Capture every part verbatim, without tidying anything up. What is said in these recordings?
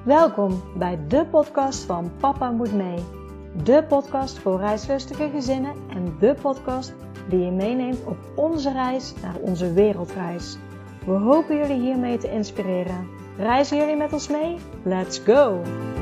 Welkom bij de podcast van Papa Moet Mee. De podcast voor reislustige gezinnen en de podcast die je meeneemt op onze reis naar onze wereldreis. We hopen jullie hiermee te inspireren. Reizen jullie met ons mee? Let's go!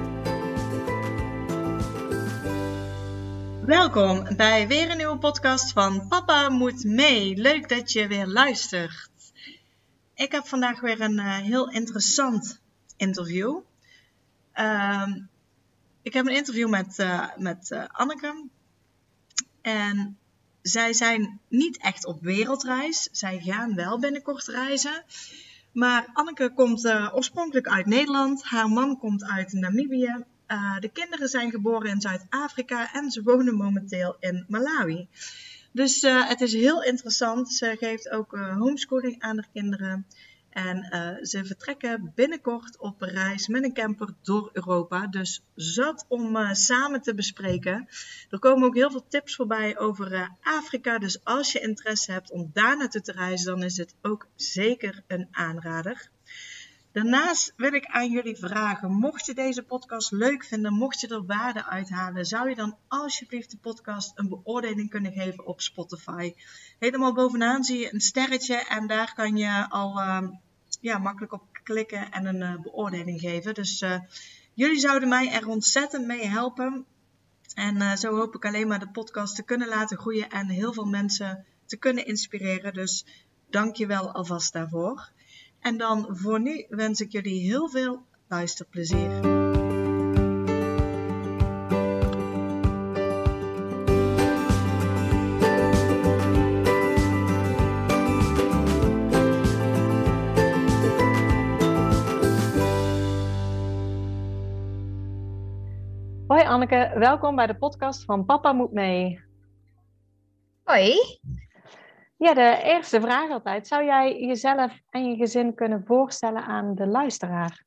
Welkom bij weer een nieuwe podcast van Papa Moet Mee. Leuk dat je weer luistert. Ik heb vandaag weer een uh, heel interessant interview. Uh, ik heb een interview met, uh, met uh, Anneke. En zij zijn niet echt op wereldreis. Zij gaan wel binnenkort reizen. Maar Anneke komt uh, oorspronkelijk uit Nederland. Haar man komt uit Namibië. Uh, de kinderen zijn geboren in Zuid-Afrika en ze wonen momenteel in Malawi. Dus uh, het is heel interessant. Ze geeft ook uh, homeschooling aan haar kinderen. En uh, ze vertrekken binnenkort op een reis met een camper door Europa. Dus zat om uh, samen te bespreken. Er komen ook heel veel tips voorbij over uh, Afrika. Dus als je interesse hebt om daar naartoe te reizen, dan is het ook zeker een aanrader. Daarnaast wil ik aan jullie vragen, mocht je deze podcast leuk vinden, mocht je er waarde uithalen, zou je dan alsjeblieft de podcast een beoordeling kunnen geven op Spotify. Helemaal bovenaan zie je een sterretje en daar kan je al uh, ja, makkelijk op klikken en een uh, beoordeling geven. Dus uh, jullie zouden mij er ontzettend mee helpen. En uh, zo hoop ik alleen maar de podcast te kunnen laten groeien en heel veel mensen te kunnen inspireren. Dus dank je wel alvast daarvoor. En dan voor nu wens ik jullie heel veel luisterplezier. Hoi Anneke, welkom bij de podcast van Papa Moet Mee. Hoi. Ja, de eerste vraag altijd. Zou jij jezelf en je gezin kunnen voorstellen aan de luisteraar?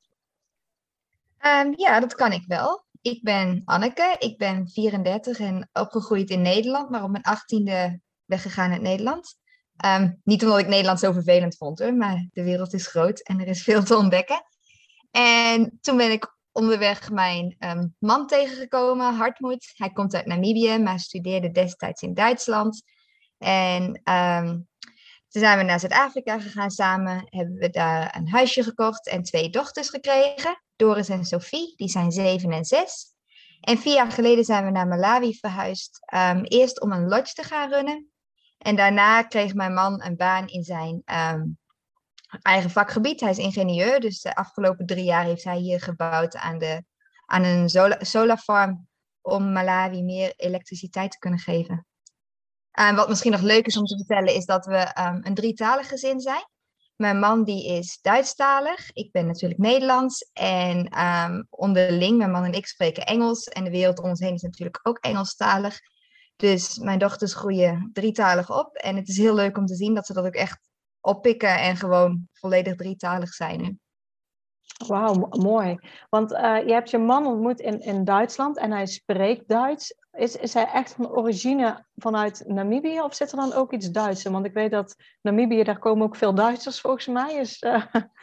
Um, ja, dat kan ik wel. Ik ben Anneke, ik ben vierendertig en opgegroeid in Nederland, maar op mijn achttiende weggegaan uit Nederland. Um, niet omdat ik Nederland zo vervelend vond, hoor, maar de wereld is groot en er is veel te ontdekken. En toen ben ik onderweg mijn um, man tegengekomen, Hartmoed. Hij komt uit Namibië, maar studeerde destijds in Duitsland. En um, toen zijn we naar Zuid-Afrika gegaan samen. Hebben we daar een huisje gekocht en twee dochters gekregen. Doris en Sophie, die zijn zeven en zes. En vier jaar geleden zijn we naar Malawi verhuisd. Um, eerst om een lodge te gaan runnen. En daarna kreeg mijn man een baan in zijn um, eigen vakgebied. Hij is ingenieur, dus de afgelopen drie jaar heeft hij hier gebouwd aan, de, aan een solar, solarfarm. Om Malawi meer elektriciteit te kunnen geven. Uh, wat misschien nog leuk is om te vertellen is dat we um, een drietalig gezin zijn. Mijn man die is Duitsstalig, ik ben natuurlijk Nederlands. En um, onderling, mijn man en ik spreken Engels. En de wereld om ons heen is natuurlijk ook Engelstalig. Dus mijn dochters groeien drietalig op. En het is heel leuk om te zien dat ze dat ook echt oppikken en gewoon volledig drietalig zijn nu. Wauw, mooi. Want uh, je hebt je man ontmoet in, in Duitsland en hij spreekt Duits. Is, is hij echt van origine vanuit Namibië of zit er dan ook iets Duits in? Want ik weet dat Namibië, daar komen ook veel Duitsers volgens mij. Is, uh...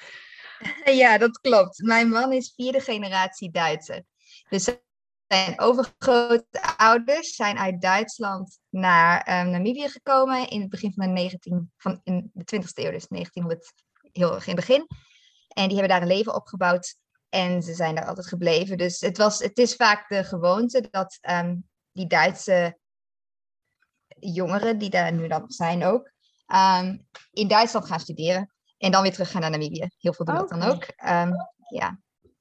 Ja, dat klopt. Mijn man is vierde generatie Duitser. Dus zijn overgrootouders zijn uit Duitsland naar um, Namibië gekomen in het begin van de, negentien, van, in de twintigste eeuw, dus negentienhonderd, heel erg in het begin. En die hebben daar een leven opgebouwd en ze zijn daar altijd gebleven. Dus het, was, het is vaak de gewoonte dat um, die Duitse jongeren, die daar nu dan zijn ook, um, in Duitsland gaan studeren. En dan weer terug gaan naar Namibië. Heel veel doen Okay. dat dan ook. Um, ja.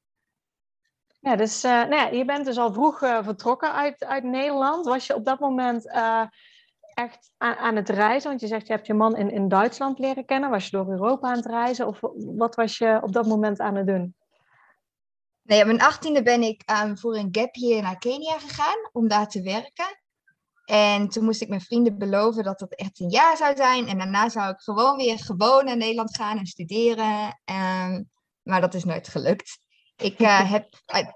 Ja, dus uh, nou ja, je bent dus al vroeg uh, vertrokken uit, uit Nederland. Was je op dat moment uh, echt aan, aan het reizen? Want je zegt, je hebt je man in, in Duitsland leren kennen. Was je door Europa aan het reizen? Of wat was je op dat moment aan het doen? Nee, op mijn achttiende ben ik um, voor een gap year naar Kenia gegaan om daar te werken. En toen moest ik mijn vrienden beloven dat dat echt een jaar zou zijn. En daarna zou ik gewoon weer gewoon naar Nederland gaan en studeren. Um, maar dat is nooit gelukt. Ik, uh, heb,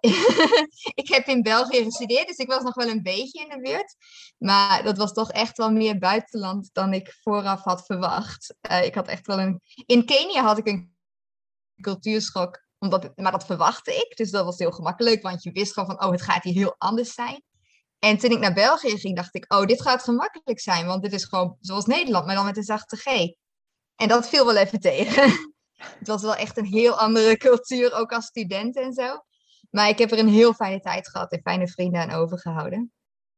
ik heb in België gestudeerd, dus ik was nog wel een beetje in de buurt. Maar dat was toch echt wel meer buitenland dan ik vooraf had verwacht. Uh, ik had echt wel een... In Kenia had ik een cultuurschok Omdat, maar dat verwachtte ik, dus dat was heel gemakkelijk, want je wist gewoon van, oh, het gaat hier heel anders zijn. En toen ik naar België ging, dacht ik, oh, dit gaat gemakkelijk zijn, want dit is gewoon zoals Nederland, maar dan met een zachte G. En dat viel wel even tegen. Het was wel echt een heel andere cultuur, ook als student en zo. Maar ik heb er een heel fijne tijd gehad en fijne vrienden aan overgehouden.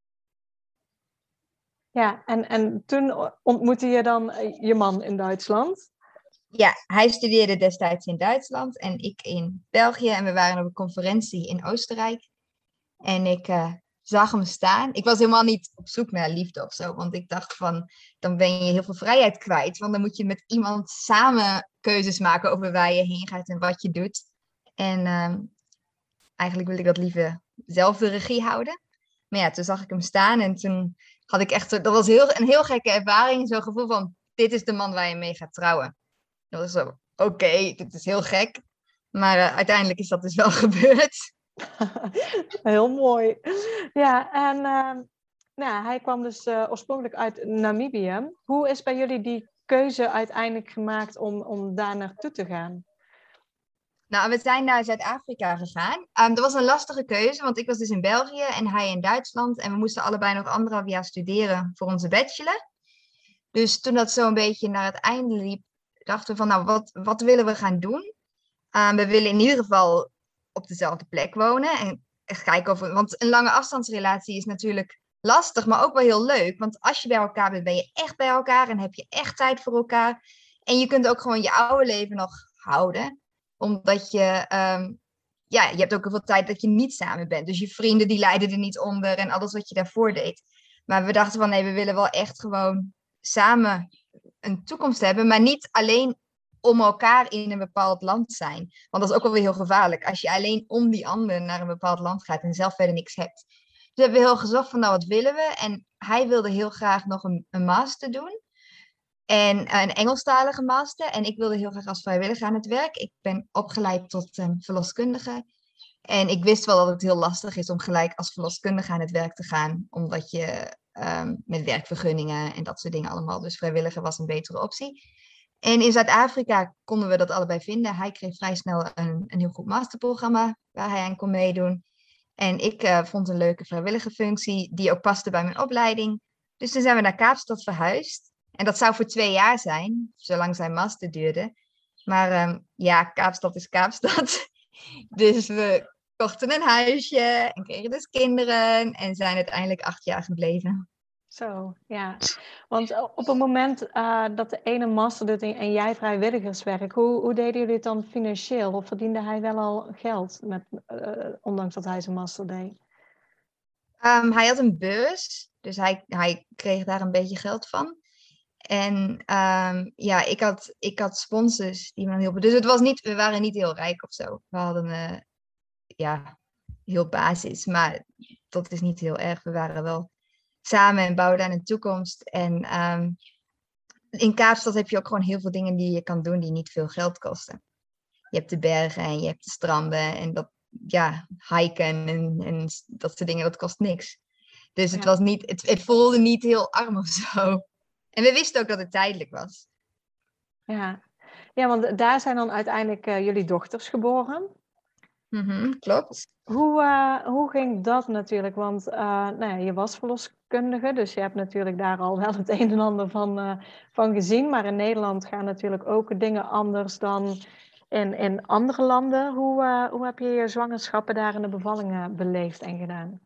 Ja, en, en toen ontmoette je dan je man in Duitsland? Ja, hij studeerde destijds in Duitsland en ik in België. En we waren op een conferentie in Oostenrijk. En ik uh, zag hem staan. Ik was helemaal niet op zoek naar liefde of zo. Want ik dacht van, dan ben je heel veel vrijheid kwijt. Want dan moet je met iemand samen keuzes maken over waar je heen gaat en wat je doet. En uh, eigenlijk wil ik dat liever zelf de regie houden. Maar ja, toen zag ik hem staan en toen had ik echt... Dat was heel, een heel gekke ervaring. Zo'n gevoel van, dit is de man waar je mee gaat trouwen. Dat was zo, oké, okay, dit is heel gek. Maar uh, uiteindelijk is dat dus wel gebeurd. Heel mooi. Ja, en uh, nou, hij kwam dus uh, oorspronkelijk uit Namibië. Hoe is bij jullie die keuze uiteindelijk gemaakt om, om daar naartoe te gaan? Nou, we zijn naar Zuid-Afrika gegaan. Um, dat was een lastige keuze, want ik was dus in België en hij in Duitsland. En we moesten allebei nog anderhalf jaar studeren voor onze bachelor. Dus toen dat zo een beetje naar het einde liep, dachten we van, nou, wat, wat willen we gaan doen? Um, we willen in ieder geval op dezelfde plek wonen. En echt kijken of we, want een lange afstandsrelatie is natuurlijk lastig, maar ook wel heel leuk. Want als je bij elkaar bent, ben je echt bij elkaar en heb je echt tijd voor elkaar. En je kunt ook gewoon je oude leven nog houden. Omdat je, um, ja, je hebt ook heel veel tijd dat je niet samen bent. Dus je vrienden die lijden er niet onder en alles wat je daarvoor deed. Maar we dachten van, nee, we willen wel echt gewoon samen een toekomst hebben, maar niet alleen om elkaar in een bepaald land zijn. Want dat is ook wel weer heel gevaarlijk. Als je alleen om die ander naar een bepaald land gaat en zelf verder niks hebt. Dus hebben we heel gezocht van, nou, wat willen we? En hij wilde heel graag nog een, een master doen. En uh, een Engelstalige master. En ik wilde heel graag als vrijwilliger aan het werk. Ik ben opgeleid tot um, verloskundige. En ik wist wel dat het heel lastig is om gelijk als verloskundige aan het werk te gaan. Omdat je um, met werkvergunningen en dat soort dingen allemaal. Dus vrijwilliger was een betere optie. En in Zuid-Afrika konden we dat allebei vinden. Hij kreeg vrij snel een, een heel goed masterprogramma waar hij aan kon meedoen. En ik uh, vond een leuke vrijwillige functie die ook paste bij mijn opleiding. Dus toen zijn we naar Kaapstad verhuisd. En dat zou voor twee jaar zijn, zolang zijn master duurde. Maar um, ja, Kaapstad is Kaapstad. Dus we kochten een huisje en kregen dus kinderen. En zijn uiteindelijk acht jaar gebleven. Zo, ja. Want op het moment uh, dat de ene master doet en jij vrijwilligerswerk, hoe, hoe deden jullie het dan financieel? Of verdiende hij wel al geld, met, uh, ondanks dat hij zijn master deed? Um, hij had een beurs, dus hij, hij kreeg daar een beetje geld van. En um, ja, ik had, ik had sponsors die me dan hielpen. Dus het was niet, we waren niet heel rijk of zo. We hadden, uh, ja, heel basis. Maar dat is niet heel erg. We waren wel samen en bouwden aan een toekomst. En um, in Kaapstad heb je ook gewoon heel veel dingen die je kan doen die niet veel geld kosten. Je hebt de bergen en je hebt de stranden en dat, ja, hiken en, en dat soort dingen, dat kost niks. Dus het, Ja. was niet, het, het voelde niet heel arm of zo. En we wisten ook dat het tijdelijk was. Ja, ja, want daar zijn dan uiteindelijk uh, jullie dochters geboren. Mm-hmm, klopt. Hoe, uh, hoe ging dat natuurlijk? Want uh, nou ja, je was verloskundige, dus je hebt natuurlijk daar al wel het een en ander van, uh, van gezien. Maar in Nederland gaan natuurlijk ook dingen anders dan in, in andere landen. Hoe, uh, hoe heb je je zwangerschappen daar in de bevallingen beleefd en gedaan?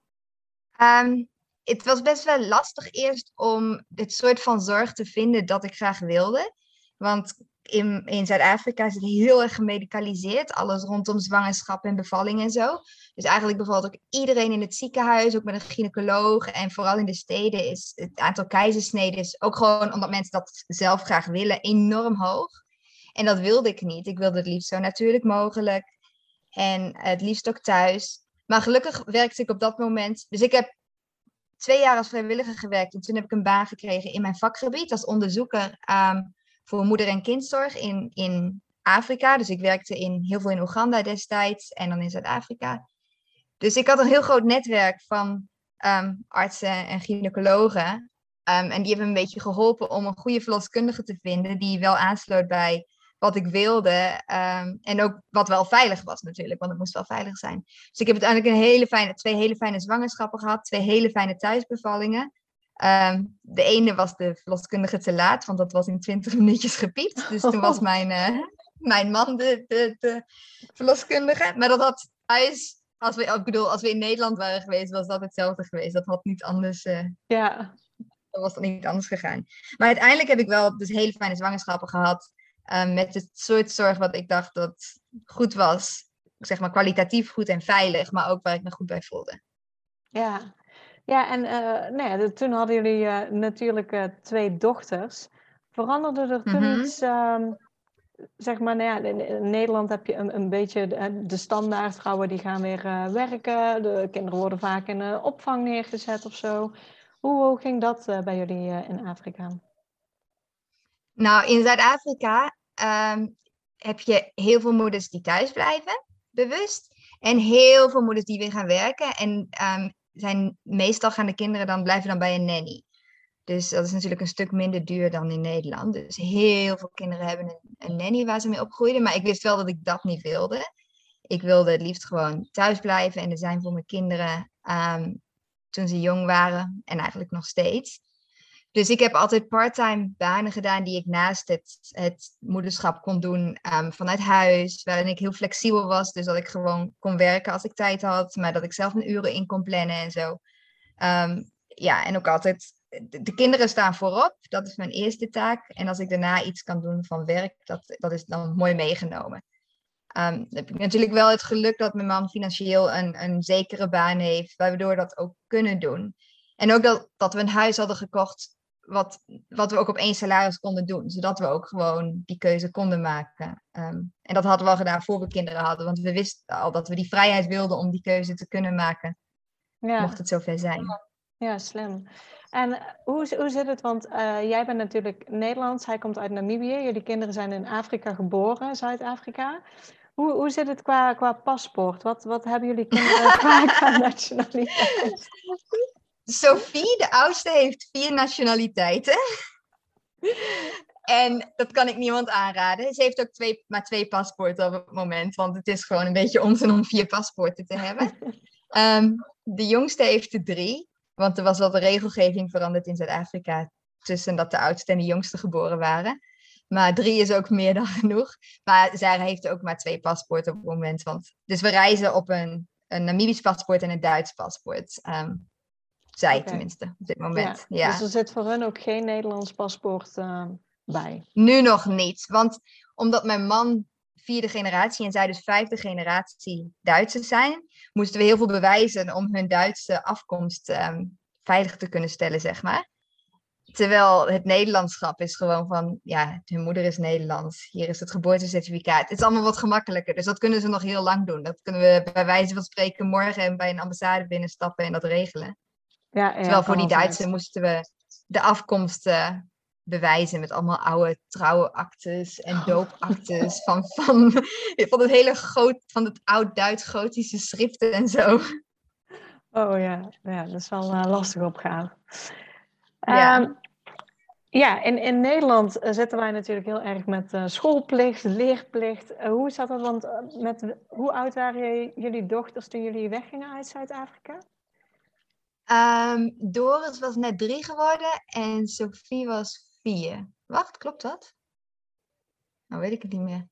Um, het was best wel lastig eerst om het soort van zorg te vinden dat ik graag wilde. Want in, in Zuid-Afrika is het heel erg gemedicaliseerd. Alles rondom zwangerschap en bevalling en zo. Dus eigenlijk bevalt ook iedereen in het ziekenhuis, ook met een gynaecoloog. En vooral in de steden is het aantal keizersneden, is ook gewoon omdat mensen dat zelf graag willen, enorm hoog. En dat wilde ik niet. Ik wilde het liefst zo natuurlijk mogelijk. En het liefst ook thuis. Maar gelukkig werkte ik op dat moment. Dus ik heb twee jaar als vrijwilliger gewerkt. En toen heb ik een baan gekregen in mijn vakgebied als onderzoeker um, voor moeder- en kindzorg in, in Afrika. Dus ik werkte in, heel veel in Oeganda destijds en dan in Zuid-Afrika. Dus ik had een heel groot netwerk van um, artsen en gynaecologen. Um, en die hebben me een beetje geholpen om een goede verloskundige te vinden die wel aansloot bij wat ik wilde. Um, en ook wat wel veilig was natuurlijk, want het moest wel veilig zijn. Dus ik heb uiteindelijk een hele fijne, twee hele fijne zwangerschappen gehad. Twee hele fijne thuisbevallingen. Um, de ene was de verloskundige te laat, want dat was in twintig minuutjes gepiept. Dus toen was mijn, uh, mijn man de, de, de verloskundige. Maar dat had thuis, als we, ik bedoel, als we in Nederland waren geweest, was dat hetzelfde geweest. Dat had niet anders... Uh, ja. Dat was dan niet anders gegaan. Maar uiteindelijk heb ik wel dus hele fijne zwangerschappen gehad. Uh, met het soort zorg wat ik dacht dat goed was. Zeg maar kwalitatief goed en veilig. Maar ook waar ik me goed bij voelde. Ja, ja en uh, nou ja, toen hadden jullie uh, natuurlijk uh, twee dochters. Veranderde er toen Mm-hmm. iets... Um, zeg maar, nou ja, in, in Nederland heb je een, een beetje de, de standaard. Vrouwen die gaan weer uh, werken. De kinderen worden vaak in uh, opvang neergezet of zo. Hoe, hoe ging dat uh, bij jullie uh, in Afrika? Nou, in Zuid-Afrika um, heb je heel veel moeders die thuis blijven, bewust. En heel veel moeders die weer gaan werken. En um, zijn, meestal gaan de kinderen dan blijven dan bij een nanny. Dus dat is natuurlijk een stuk minder duur dan in Nederland. Dus heel veel kinderen hebben een, een nanny waar ze mee opgroeiden. Maar ik wist wel dat ik dat niet wilde. Ik wilde het liefst gewoon thuis blijven en er zijn voor mijn kinderen um, toen ze jong waren. En eigenlijk nog steeds. Dus ik heb altijd parttime banen gedaan die ik naast het, het moederschap kon doen um, vanuit huis. Waarin ik heel flexibel was. Dus dat ik gewoon kon werken als ik tijd had. Maar dat ik zelf mijn uren in kon plannen en zo. Um, ja, en ook altijd... De, de kinderen staan voorop. Dat is mijn eerste taak. En als ik daarna iets kan doen van werk, dat, dat is dan mooi meegenomen. Um, dan heb ik natuurlijk wel het geluk dat mijn man financieel een, een zekere baan heeft. Waardoor we dat ook kunnen doen. En ook dat, dat we een huis hadden gekocht. Wat, wat we ook op één salaris konden doen. Zodat we ook gewoon die keuze konden maken. Um, en dat hadden we al gedaan voor we kinderen hadden. Want we wisten al dat we die vrijheid wilden om die keuze te kunnen maken. Ja. Mocht het zover zijn. Ja, slim. En hoe, hoe zit het? Want uh, jij bent natuurlijk Nederlands. Hij komt uit Namibië. Jullie kinderen zijn in Afrika geboren, Zuid-Afrika. Hoe, hoe zit het qua, qua paspoort? Wat, wat hebben jullie kinderen qua, qua nationaliteit? Sophie, de oudste, heeft vier nationaliteiten. En dat kan ik niemand aanraden. Ze heeft ook twee, maar twee paspoorten op het moment. Want het is gewoon een beetje onzin om vier paspoorten te hebben. Um, de jongste heeft er drie. Want er was wel de regelgeving veranderd in Zuid-Afrika. Tussen dat de oudste en de jongste geboren waren. Maar drie is ook meer dan genoeg. Maar zij heeft ook maar twee paspoorten op het moment. Want, dus we reizen op een, een Namibisch paspoort en een Duits paspoort. Um, zij okay. tenminste, op dit moment. Ja, ja. Dus er zit voor hun ook geen Nederlands paspoort uh, bij? Nu nog niet. Want omdat mijn man vierde generatie en zij dus vijfde generatie Duitsers zijn, moesten we heel veel bewijzen om hun Duitse afkomst um, veilig te kunnen stellen, zeg maar. Terwijl het Nederlandschap is gewoon van, ja, hun moeder is Nederlands. Hier is het geboortecertificaat. Het is allemaal wat gemakkelijker. Dus dat kunnen ze nog heel lang doen. Dat kunnen we bij wijze van spreken morgen bij een ambassade binnenstappen en dat regelen. Ja, ja, terwijl voor die Duitsers moesten we de afkomst uh, bewijzen met allemaal oude trouwenactes en doopactes van, van, van het hele groot, van het oud-Duits-gotische schriften en zo. Oh ja, ja dat is wel uh, lastig opgaan. Ja, um, ja in, in Nederland uh, zitten wij natuurlijk heel erg met uh, schoolplicht, leerplicht. Uh, hoe zat dat? Want uh, met, hoe oud waren jullie dochters toen jullie weggingen uit Zuid-Afrika? Um, Doris was net drie geworden en Sophie was vier. Wacht, klopt dat? Nou weet ik het niet meer.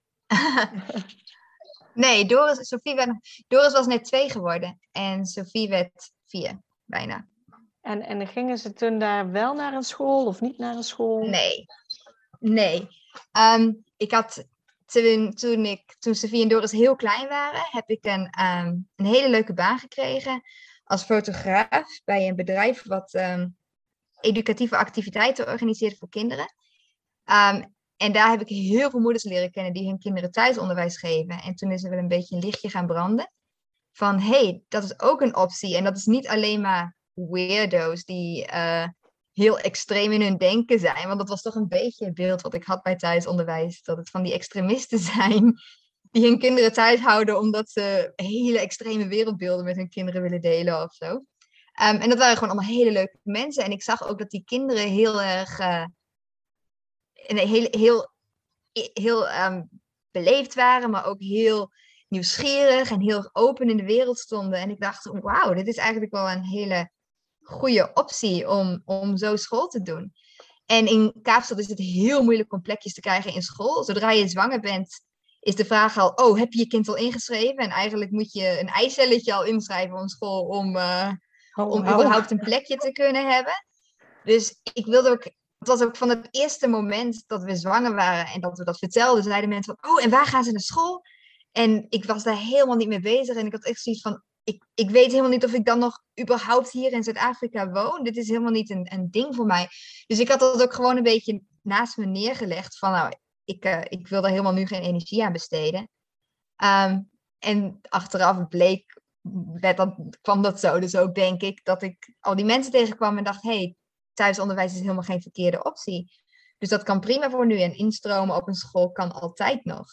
Nee, Doris, Sophie werd, Doris was net twee geworden en Sophie werd vier, bijna. En, en gingen ze toen daar wel naar een school of niet naar een school? Nee, nee. Um, ik had toen, toen, ik, toen Sophie en Doris heel klein waren, heb ik een, um, een hele leuke baan gekregen als fotograaf bij een bedrijf wat um, educatieve activiteiten organiseert voor kinderen. Um, en daar heb ik heel veel moeders leren kennen die hun kinderen thuisonderwijs geven. En toen is er wel een beetje een lichtje gaan branden van, hé, hey, dat is ook een optie. En dat is niet alleen maar weirdo's die uh, heel extreem in hun denken zijn. Want dat was toch een beetje het beeld wat ik had bij thuisonderwijs. Dat het van die extremisten zijn die hun kinderen thuis houden omdat ze hele extreme wereldbeelden met hun kinderen willen delen of zo. Um, en dat waren gewoon allemaal hele leuke mensen. En ik zag ook dat die kinderen heel erg... Uh, heel, heel heel um, beleefd waren, maar ook heel nieuwsgierig en heel open in de wereld stonden. En ik dacht, wauw, dit is eigenlijk wel een hele goede optie om, om zo school te doen. En in Kaapstad is het heel moeilijk om plekjes te krijgen in school. Zodra je zwanger bent, is de vraag al, oh, heb je je kind al ingeschreven? En eigenlijk moet je een eicelletje al inschrijven op school om, uh, Oh, om wow. überhaupt een plekje te kunnen hebben. Dus ik wilde ook, het was ook van het eerste moment dat we zwanger waren en dat we dat vertelden, zeiden mensen van, oh, en waar gaan ze naar school? En ik was daar helemaal niet mee bezig en ik had echt zoiets van, ik, ik weet helemaal niet of ik dan nog überhaupt hier in Zuid-Afrika woon. Dit is helemaal niet een, een ding voor mij. Dus ik had dat ook gewoon een beetje naast me neergelegd van, nou, ik, uh, ik wil daar helemaal nu geen energie aan besteden. Um, en achteraf bleek, werd dat, kwam dat zo. Dus ook denk ik dat ik al die mensen tegenkwam en dacht, hé, hey, thuisonderwijs is helemaal geen verkeerde optie. Dus dat kan prima voor nu. En instromen op een school kan altijd nog.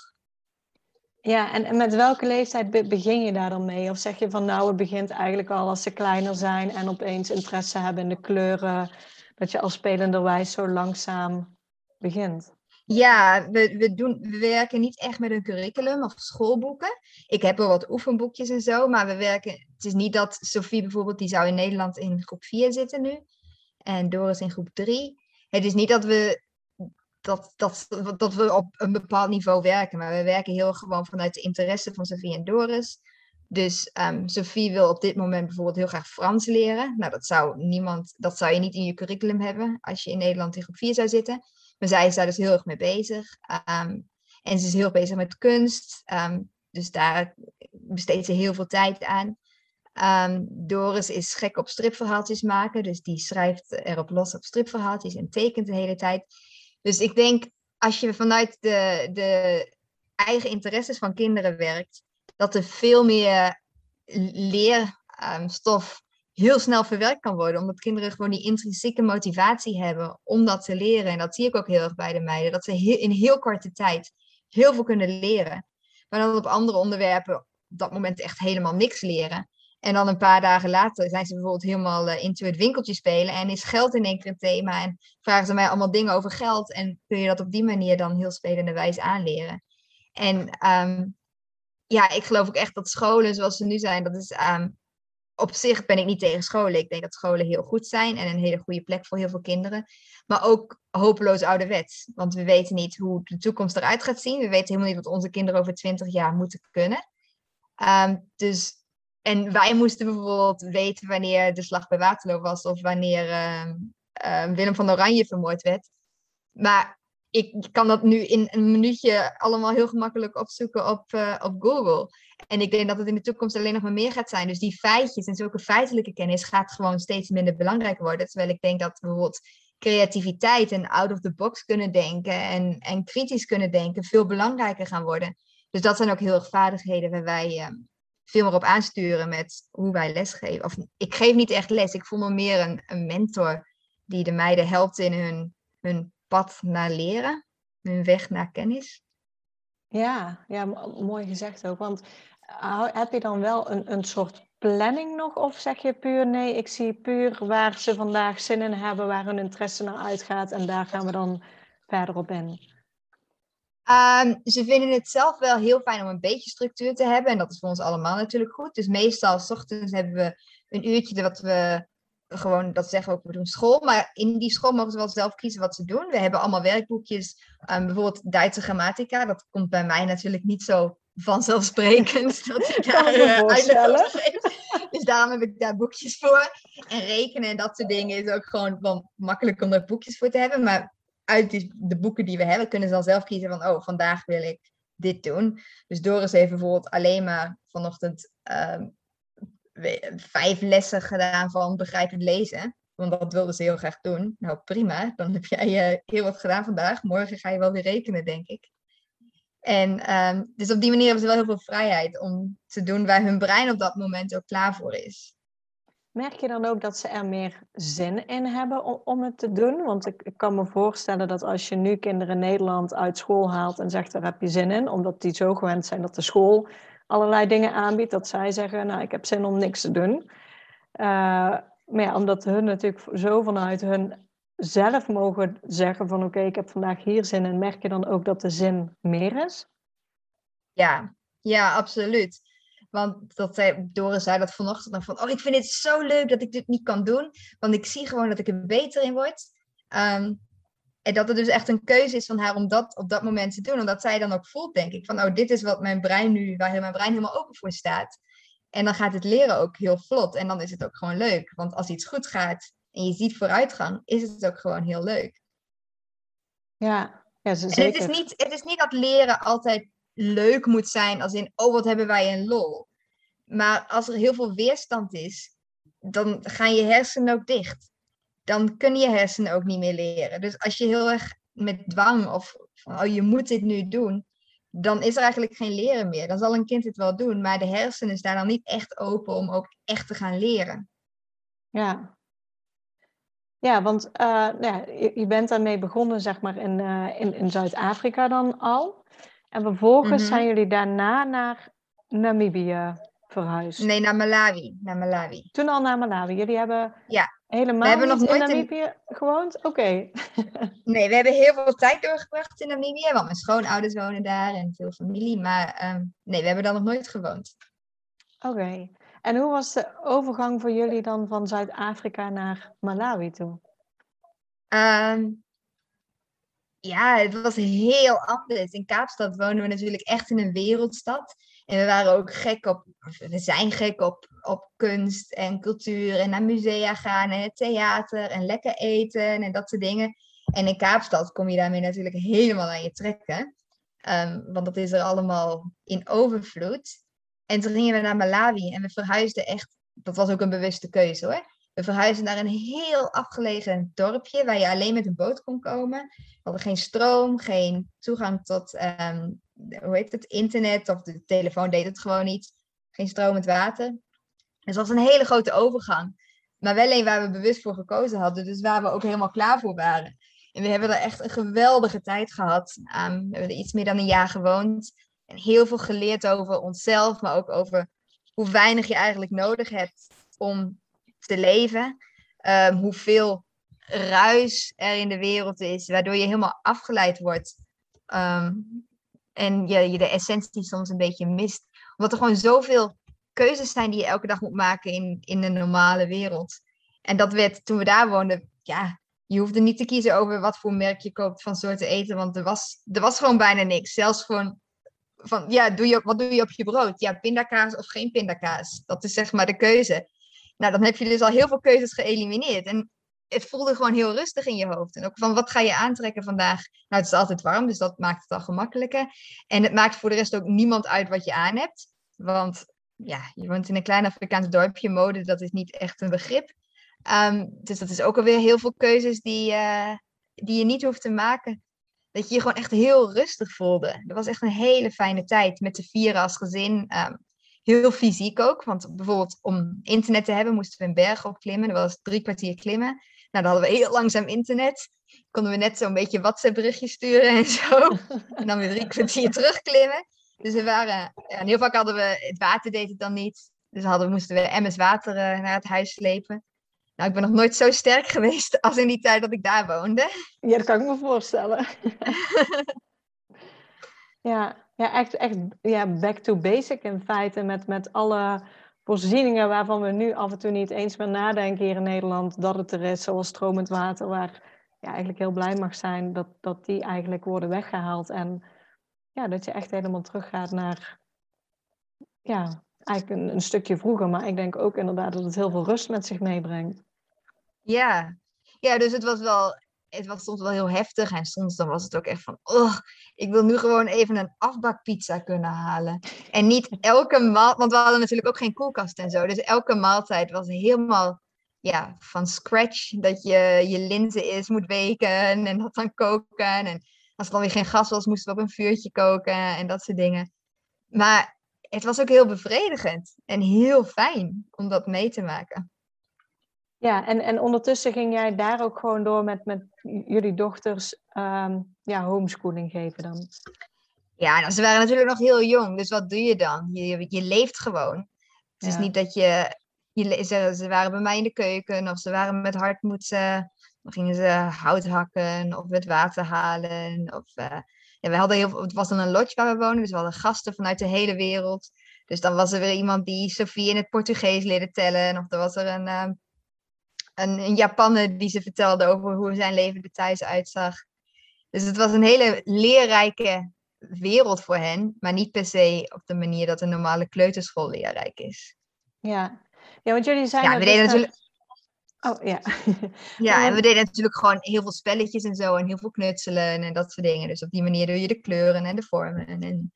Ja, en, en met welke leeftijd be- begin je daar dan mee? Of zeg je van nou, het begint eigenlijk al als ze kleiner zijn en opeens interesse hebben in de kleuren, dat je als spelenderwijs zo langzaam begint? Ja, we, we, doen, we werken niet echt met een curriculum of schoolboeken. Ik heb wel wat oefenboekjes en zo, maar we werken... Het is niet dat Sophie bijvoorbeeld, die zou in Nederland in groep vier zitten nu. En Doris in groep drie. Het is niet dat we, dat, dat, dat we op een bepaald niveau werken, maar we werken heel gewoon vanuit de interesse van Sophie en Doris. Dus um, Sophie wil op dit moment bijvoorbeeld heel graag Frans leren. Nou, dat zou niemand, dat zou je niet in je curriculum hebben als je in Nederland in groep vier zou zitten. Maar zij is daar dus heel erg mee bezig. Um, en ze is heel bezig met kunst. Um, dus daar besteedt ze heel veel tijd aan. Um, Doris is gek op stripverhaaltjes maken. Dus die schrijft erop los op stripverhaaltjes en tekent de hele tijd. Dus ik denk, als je vanuit de, de eigen interesses van kinderen werkt, dat er veel meer leerstof heel snel verwerkt kan worden. Omdat kinderen gewoon die intrinsieke motivatie hebben om dat te leren. En dat zie ik ook heel erg bij de meiden. Dat ze heel, in heel korte tijd heel veel kunnen leren. Maar dan op andere onderwerpen op dat moment echt helemaal niks leren. En dan een paar dagen later zijn ze bijvoorbeeld helemaal uh, into het winkeltje spelen. En is geld in één keer een thema. En vragen ze mij allemaal dingen over geld. En kun je dat op die manier dan heel spelenderwijs aanleren. En um, ja, ik geloof ook echt dat scholen zoals ze nu zijn, dat is... Um, op zich ben ik niet tegen scholen. Ik denk dat scholen heel goed zijn en een hele goede plek voor heel veel kinderen. Maar ook hopeloos ouderwets. Want we weten niet hoe de toekomst eruit gaat zien. We weten helemaal niet wat onze kinderen over twintig jaar moeten kunnen. Um, dus, en wij moesten bijvoorbeeld weten wanneer de slag bij Waterloo was of wanneer uh, uh, Willem van Oranje vermoord werd. Maar ik kan dat nu in een minuutje allemaal heel gemakkelijk opzoeken op, uh, op Google. En ik denk dat het in de toekomst alleen nog maar meer gaat zijn. Dus die feitjes en zulke feitelijke kennis gaat gewoon steeds minder belangrijk worden. Terwijl ik denk dat bijvoorbeeld creativiteit en out of the box kunnen denken en, en kritisch kunnen denken veel belangrijker gaan worden. Dus dat zijn ook heel erg vaardigheden waar wij uh, veel meer op aansturen met hoe wij lesgeven. Of ik geef niet echt les, ik voel me meer een, een mentor die de meiden helpt in hun, hun pad naar leren, hun weg naar kennis. Ja, ja, mooi gezegd ook. Want uh, heb je dan wel een, een soort planning nog? Of zeg je puur nee, ik zie puur waar ze vandaag zin in hebben, waar hun interesse naar uitgaat en daar gaan we dan verder op in? Um, ze vinden het zelf wel heel fijn om een beetje structuur te hebben. En dat is voor ons allemaal natuurlijk goed. Dus meestal, 's ochtends hebben we een uurtje dat we gewoon, dat zeggen we ook, we doen school. Maar in die school mogen ze wel zelf kiezen wat ze doen. We hebben allemaal werkboekjes. Um, bijvoorbeeld Duitse grammatica. Dat komt bij mij natuurlijk niet zo vanzelfsprekend. Dat ik daar uh, uitleg over geef. Dus daarom heb ik daar boekjes voor. En rekenen en dat soort dingen is ook gewoon wel makkelijk om daar boekjes voor te hebben. Maar uit die, de boeken die we hebben, kunnen ze dan zelf kiezen van, oh, vandaag wil ik dit doen. Dus Doris heeft bijvoorbeeld alleen maar vanochtend um, vijf lessen gedaan van begrijpend lezen. Want dat wilde ze heel graag doen. Nou, prima. Dan heb jij uh, heel wat gedaan vandaag. Morgen ga je wel weer rekenen, denk ik. En um, dus op die manier hebben ze wel heel veel vrijheid om te doen waar hun brein op dat moment ook klaar voor is. Merk je dan ook dat ze er meer zin in hebben om, om het te doen? Want ik, ik kan me voorstellen dat als je nu kinderen in Nederland uit school haalt en zegt, daar heb je zin in, omdat die zo gewend zijn dat de school allerlei dingen aanbiedt, dat zij zeggen, nou, ik heb zin om niks te doen. Uh, maar ja, omdat hun natuurlijk zo vanuit hun zelf mogen zeggen van oké, ik heb vandaag hier zin in, merk je dan ook dat de zin meer is? Ja, ja, absoluut. Want dat zei, Doris zei dat vanochtend nog van, oh, ik vind het zo leuk dat ik dit niet kan doen, want ik zie gewoon dat ik er beter in word. Ehm, en dat het dus echt een keuze is van haar om dat op dat moment te doen, omdat zij dan ook voelt, denk ik, van, oh, dit is wat mijn brein nu, waar mijn brein helemaal open voor staat. En dan gaat het leren ook heel vlot en dan is het ook gewoon leuk. Want als iets goed gaat en je ziet vooruitgang, is het ook gewoon heel leuk. Ja, ja z- En het is zeker. niet, het is niet dat leren altijd leuk moet zijn, als in, oh, wat hebben wij een lol. Maar als er heel veel weerstand is, dan gaan je hersenen ook dicht. Dan kunnen je hersenen ook niet meer leren. Dus als je heel erg met dwang of van, oh, je moet dit nu doen, dan is er eigenlijk geen leren meer. Dan zal een kind het wel doen, maar de hersenen staan dan niet echt open om ook echt te gaan leren. Ja. Ja, want eh, nou ja, je, je bent daarmee begonnen, zeg maar, in, eh, in, in Zuid-Afrika dan al. En vervolgens Mhm. zijn jullie daarna naar Namibië verhuisd. Nee, naar Malawi. Naar Malawi. Toen al naar Malawi. Jullie hebben Ja. helemaal We hebben niet nog in nooit in- Namibië gewoond? Oké. Nee, we hebben heel veel tijd doorgebracht in Namibië, want mijn schoonouders wonen daar en veel familie. Maar ehm, nee, we hebben daar nog nooit gewoond. Oké. En hoe was de overgang voor jullie dan van Zuid-Afrika naar Malawi toe? Ehm, ja, het was heel anders. In Kaapstad wonen we natuurlijk echt in een wereldstad. En we waren ook gek op, of we zijn gek op, op kunst en cultuur en naar musea gaan en het theater en lekker eten en dat soort dingen. En in Kaapstad kom je daarmee natuurlijk helemaal aan je trekken. Ehm, want dat is er allemaal in overvloed. En toen gingen we naar Malawi en we verhuisden echt, dat was ook een bewuste keuze hoor. We verhuisden naar een heel afgelegen dorpje waar je alleen met een boot kon komen. We hadden geen stroom, geen toegang tot, ehm, hoe heet het, internet of de telefoon deed het gewoon niet. Geen stromend water. Dus dat was een hele grote overgang. Maar wel een waar we bewust voor gekozen hadden, dus waar we ook helemaal klaar voor waren. En we hebben er echt een geweldige tijd gehad. Um, we hebben er iets meer dan een jaar gewoond. En heel veel geleerd over onszelf, maar ook over hoe weinig je eigenlijk nodig hebt om te leven. Um, hoeveel ruis er in de wereld is, waardoor je helemaal afgeleid wordt. Um, en je, je de essentie soms een beetje mist. Omdat er gewoon zoveel keuzes zijn die je elke dag moet maken in, in een normale wereld. En dat werd, toen we daar woonden, ja, je hoefde niet te kiezen over wat voor merk je koopt van soorten eten, want er was, er was gewoon bijna niks. Zelfs gewoon van, ja, doe je, wat doe je op je brood? Ja, pindakaas of geen pindakaas? Dat is zeg maar de keuze. Nou, dan heb je dus al heel veel keuzes geëlimineerd. En het voelde gewoon heel rustig in je hoofd. En ook van, wat ga je aantrekken vandaag? Nou, het is altijd warm, dus dat maakt het al gemakkelijker. En het maakt voor de rest ook niemand uit wat je aan hebt. Want ja, je woont in een klein Afrikaans dorpje. Mode, dat is niet echt een begrip. Um, dus dat is ook alweer heel veel keuzes die, uh, die je niet hoeft te maken. Dat je je gewoon echt heel rustig voelde. Dat was echt een hele fijne tijd met de vieren als gezin. Um, heel fysiek ook. Want bijvoorbeeld om internet te hebben moesten we een berg opklimmen. Dat was drie kwartier klimmen. Nou, dan hadden we heel langzaam internet. Konden we net zo'n beetje WhatsApp berichtjes sturen en zo. En dan weer drie kwartier terugklimmen. Dus we waren, ja, en heel vaak hadden we, het water deed het dan niet. Dus hadden, moesten we emmers water uh, naar het huis slepen. Nou, ik ben nog nooit zo sterk geweest als in die tijd dat ik daar woonde. Ja, dat kan ik me voorstellen. ja, ja, echt, echt ja, back to basic in feite. Met, met alle voorzieningen waarvan we nu af en toe niet eens meer nadenken hier in Nederland. Dat het er is, zoals stromend water. Waar je eigenlijk heel blij mag zijn dat, dat die eigenlijk worden weggehaald. En ja, dat je echt helemaal teruggaat naar... Ja, eigenlijk een, een stukje vroeger. Maar ik denk ook inderdaad dat het heel veel rust met zich meebrengt. Ja, ja, dus het was wel, het was soms wel heel heftig en soms dan was het ook echt van, oh, ik wil nu gewoon even een afbakpizza kunnen halen. En niet elke maaltijd, want we hadden natuurlijk ook geen koelkast en zo, dus elke maaltijd was helemaal, ja, van scratch, dat je je linzen eerst moet weken en dat dan koken. En als er dan weer geen gas was, moesten we op een vuurtje koken en dat soort dingen. Maar het was ook heel bevredigend en heel fijn om dat mee te maken. Ja, en, en ondertussen ging jij daar ook gewoon door met, met jullie dochters um, ja, homeschooling geven dan? Ja, nou, ze waren natuurlijk nog heel jong, dus wat doe je dan? Je, je leeft gewoon. Het ja. is niet dat je, je ze, ze waren bij mij in de keuken of ze waren met Hartmoed uh, Dan gingen ze hout hakken of het water halen. Of, uh, ja, we hadden heel, het was dan een lodge waar we wonen, dus we hadden gasten vanuit de hele wereld. Dus dan was er weer iemand die Sophie in het Portugees leerde tellen. Of er was er een, uh, een, een Japaner die ze vertelde over hoe zijn leven er thuis uitzag. Dus het was een hele leerrijke wereld voor hen, maar niet per se op de manier dat een normale kleuterschool leerrijk is. Ja, ja want jullie zijn ja, er we dus deden naar... natuurlijk... Oh, ja. Ja, ja, en we deden natuurlijk gewoon heel veel spelletjes en zo en heel veel knutselen en dat soort dingen. Dus op die manier doe je de kleuren en de vormen. En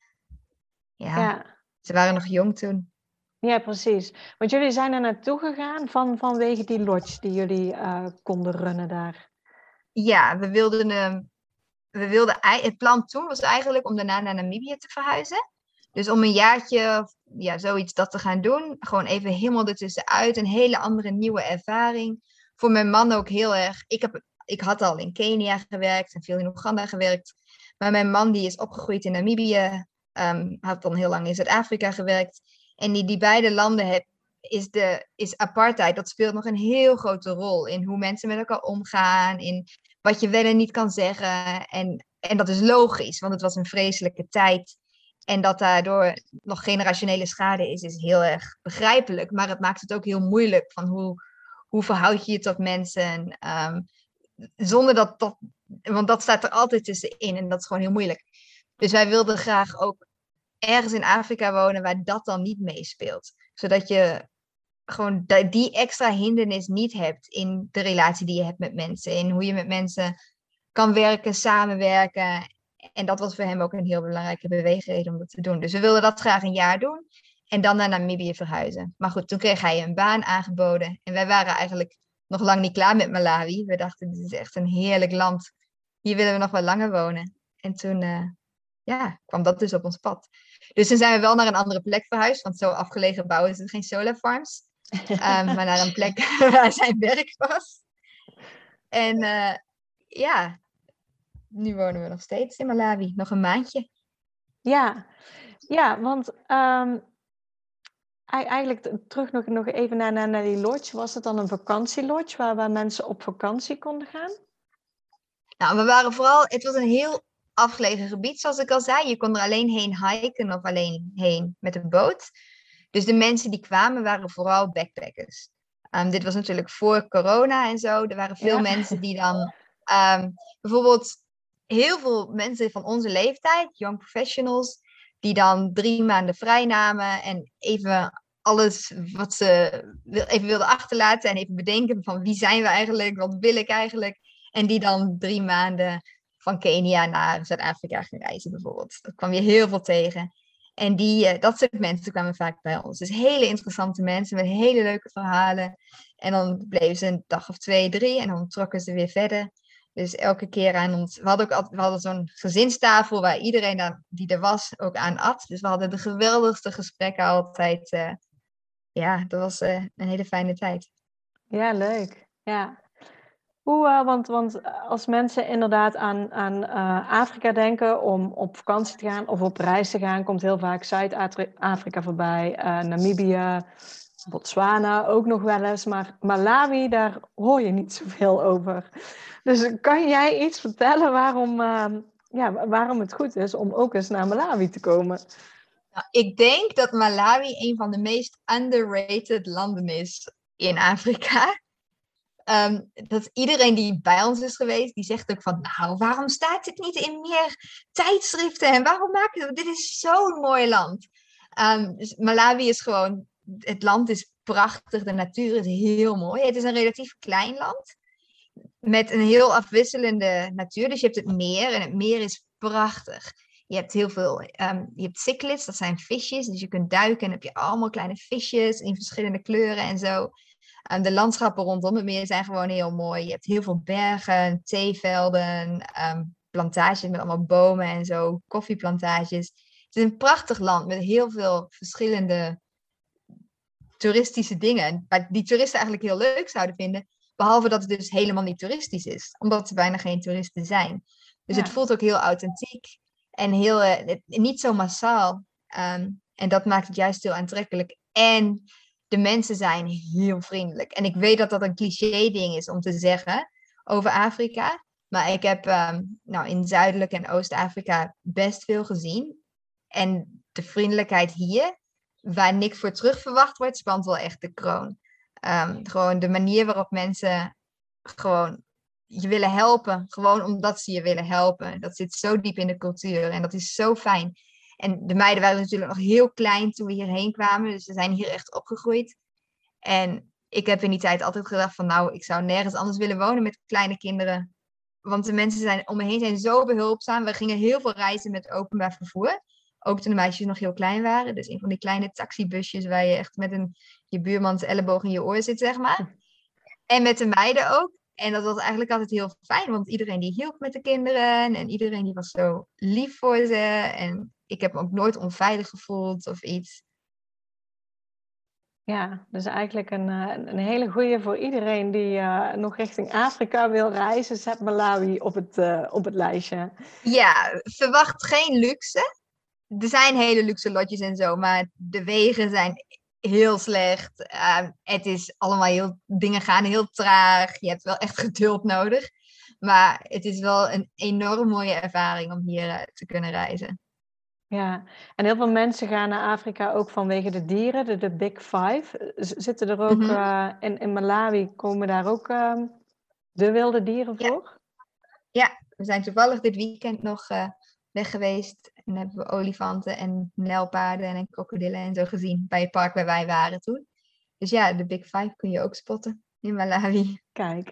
ja, ja. ze waren nog jong toen. Ja, precies. Want jullie zijn er naartoe gegaan van, vanwege die lodge die jullie uh, konden runnen daar. Ja, we wilden... Uh, we wilden het plan toen was eigenlijk om daarna naar Namibië te verhuizen. Dus om een jaartje of ja, zoiets dat te gaan doen. Gewoon even helemaal ertussenuit. Een hele andere nieuwe ervaring. Voor mijn man ook heel erg. Ik, heb, ik had al in Kenia gewerkt en veel in Oeganda gewerkt. Maar mijn man die is opgegroeid in Namibië. Um, had dan heel lang in Zuid-Afrika gewerkt. En die, die beide landen heb, is, de, is apartheid. Dat speelt nog een heel grote rol in hoe mensen met elkaar omgaan. In wat je wel en niet kan zeggen. En, en dat is logisch, want het was een vreselijke tijd. En dat daardoor nog generationele schade is, is heel erg begrijpelijk. Maar het maakt het ook heel moeilijk van hoe, hoe verhoud je je tot mensen. Um, zonder dat, dat, want dat staat er altijd tussenin en dat is gewoon heel moeilijk. Dus wij wilden graag ook ergens in Afrika wonen waar dat dan niet meespeelt. Zodat je gewoon die extra hindernis niet hebt in de relatie die je hebt met mensen. In hoe je met mensen kan werken, samenwerken. En dat was voor hem ook een heel belangrijke beweegreden om dat te doen. Dus we wilden dat graag een jaar doen. En dan naar Namibië verhuizen. Maar goed, toen kreeg hij een baan aangeboden. En wij waren eigenlijk nog lang niet klaar met Malawi. We dachten, dit is echt een heerlijk land. Hier willen we nog wel langer wonen. En toen uh, ja, kwam dat dus op ons pad. Dus toen zijn we wel naar een andere plek verhuisd. Want zo afgelegen bouwen is het geen solar farms. Um, maar naar een plek waar zijn werk was. En uh, ja, nu wonen we nog steeds in Malawi. Nog een maandje. Ja, ja want um, eigenlijk terug nog, nog even naar, naar, naar die lodge. Was het dan een vakantielodge waar, waar mensen op vakantie konden gaan? Nou, we waren vooral... Het was een heel afgelegen gebied, zoals ik al zei. Je kon er alleen heen hiken of alleen heen met een boot. Dus de mensen die kwamen waren vooral backpackers. Um, dit was natuurlijk voor corona en zo. Er waren veel ja. mensen die dan... Um, bijvoorbeeld heel veel mensen van onze leeftijd, young professionals, die dan drie maanden vrij namen en even alles wat ze even wilden achterlaten en even bedenken van wie zijn we eigenlijk, wat wil ik eigenlijk. En die dan drie maanden van Kenia naar Zuid-Afrika gaan reizen bijvoorbeeld. Daar kwam je heel veel tegen. En die, dat soort mensen kwamen vaak bij ons. Dus hele interessante mensen met hele leuke verhalen. En dan bleven ze een dag of twee, drie en dan trokken ze weer verder. Dus elke keer aan ons... We hadden ook altijd, we hadden zo'n gezinstafel waar iedereen dan, die er was ook aan at. Dus we hadden de geweldigste gesprekken altijd. Uh, ja, dat was uh, een hele fijne tijd. Ja, leuk. Ja. Hoe, uh, want, want als mensen inderdaad aan, aan uh, Afrika denken om op vakantie te gaan of op reis te gaan, komt heel vaak Zuid-Afrika voorbij, uh, Namibië, Botswana ook nog wel eens. Maar Malawi, daar hoor je niet zoveel over. Dus kan jij iets vertellen waarom, uh, ja, waarom het goed is om ook eens naar Malawi te komen? Nou, ik denk dat Malawi een van de meest underrated landen is in Afrika. Um, dat iedereen die bij ons is geweest, die zegt ook van, nou, waarom staat dit niet in meer tijdschriften? En waarom maken we, dit is zo'n mooi land. Um, dus Malawi is gewoon, het land is prachtig, de natuur is heel mooi. Het is een relatief klein land, met een heel afwisselende natuur. Dus je hebt het meer en het meer is prachtig. Je hebt heel veel, um, je hebt cichlids, dat zijn visjes. Dus je kunt duiken en heb je allemaal kleine visjes in verschillende kleuren en zo. Um, de landschappen rondom het meer zijn gewoon heel mooi. Je hebt heel veel bergen, theevelden, um, plantages met allemaal bomen en zo, koffieplantages. Het is een prachtig land met heel veel verschillende toeristische dingen. Die toeristen eigenlijk heel leuk zouden vinden. Behalve dat het dus helemaal niet toeristisch is. Omdat er bijna geen toeristen zijn. Dus ja. Het voelt ook heel authentiek. En heel, uh, niet zo massaal. Um, en dat maakt het juist heel aantrekkelijk. En de mensen zijn heel vriendelijk. En ik weet dat dat een cliché ding is om te zeggen. over Afrika. Maar ik heb um, nou, in Zuidelijk en Oost-Afrika best veel gezien. En de vriendelijkheid hier, waar niks voor terug verwacht wordt, spant wel echt de kroon. Um, gewoon de manier waarop mensen gewoon je willen helpen. Gewoon omdat ze je willen helpen. Dat zit zo diep in de cultuur en dat is zo fijn. En de meiden waren natuurlijk nog heel klein toen we hierheen kwamen. Dus ze zijn hier echt opgegroeid. En ik heb in die tijd altijd gedacht van nou, ik zou nergens anders willen wonen met kleine kinderen. Want de mensen zijn, om me heen zijn zo behulpzaam. We gingen heel veel reizen met openbaar vervoer. Ook toen de meisjes nog heel klein waren. Dus een van die kleine taxibusjes waar je echt met een, je buurmans elleboog in je oor zit, zeg maar. En met de meiden ook. En dat was eigenlijk altijd heel fijn. Want iedereen die hielp met de kinderen. En iedereen die was zo lief voor ze. En ik heb me ook nooit onveilig gevoeld of iets. Ja, dus eigenlijk een, een hele goeie voor iedereen die uh, nog richting Afrika wil reizen. Zet Malawi op het, uh, op het lijstje. Ja, verwacht geen luxe. Er zijn hele luxe lotjes en zo, maar de wegen zijn heel slecht. Uh, het is allemaal heel, dingen gaan heel traag. Je hebt wel echt geduld nodig. Maar het is wel een enorm mooie ervaring om hier uh, te kunnen reizen. Ja, en heel veel mensen gaan naar Afrika ook vanwege de dieren, de, de Big Five. Z- zitten er ook, mm-hmm. uh, in, in Malawi komen daar ook uh, de wilde dieren voor? Ja. ja, we zijn toevallig dit weekend nog uh, weg geweest. En hebben we olifanten en nijlpaarden en krokodillen en zo gezien bij het park waar wij waren toen. Dus ja, de Big Five kun je ook spotten in Malawi. Kijk.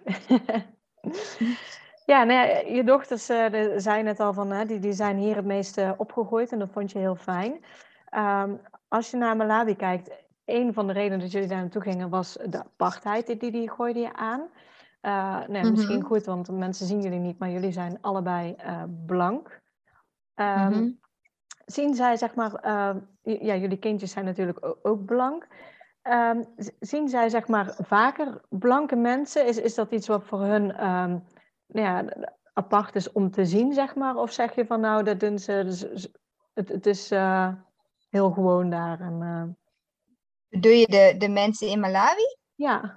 Ja, nou ja, je dochters uh, zei net al van, hè, die, die zijn hier het meest uh, opgegroeid en dat vond je heel fijn. Um, als je naar Malawi kijkt, een van de redenen dat jullie daar naartoe gingen was de apartheid, die, die, die gooide je aan. Uh, nou ja, mm-hmm. Misschien goed, want mensen zien jullie niet, maar jullie zijn allebei uh, blank. Um, mm-hmm. Zien zij, zeg maar, uh, ja, jullie kindjes zijn natuurlijk ook, ook blank. Um, zien zij, zeg maar, vaker blanke mensen? Is, is dat iets wat voor hun um, ja, apart is om te zien, zeg maar? Of zeg je van, nou, dat doen ze, dus, het, het is uh, heel gewoon daar. En, uh... Doe je de, de mensen in Malawi? Ja.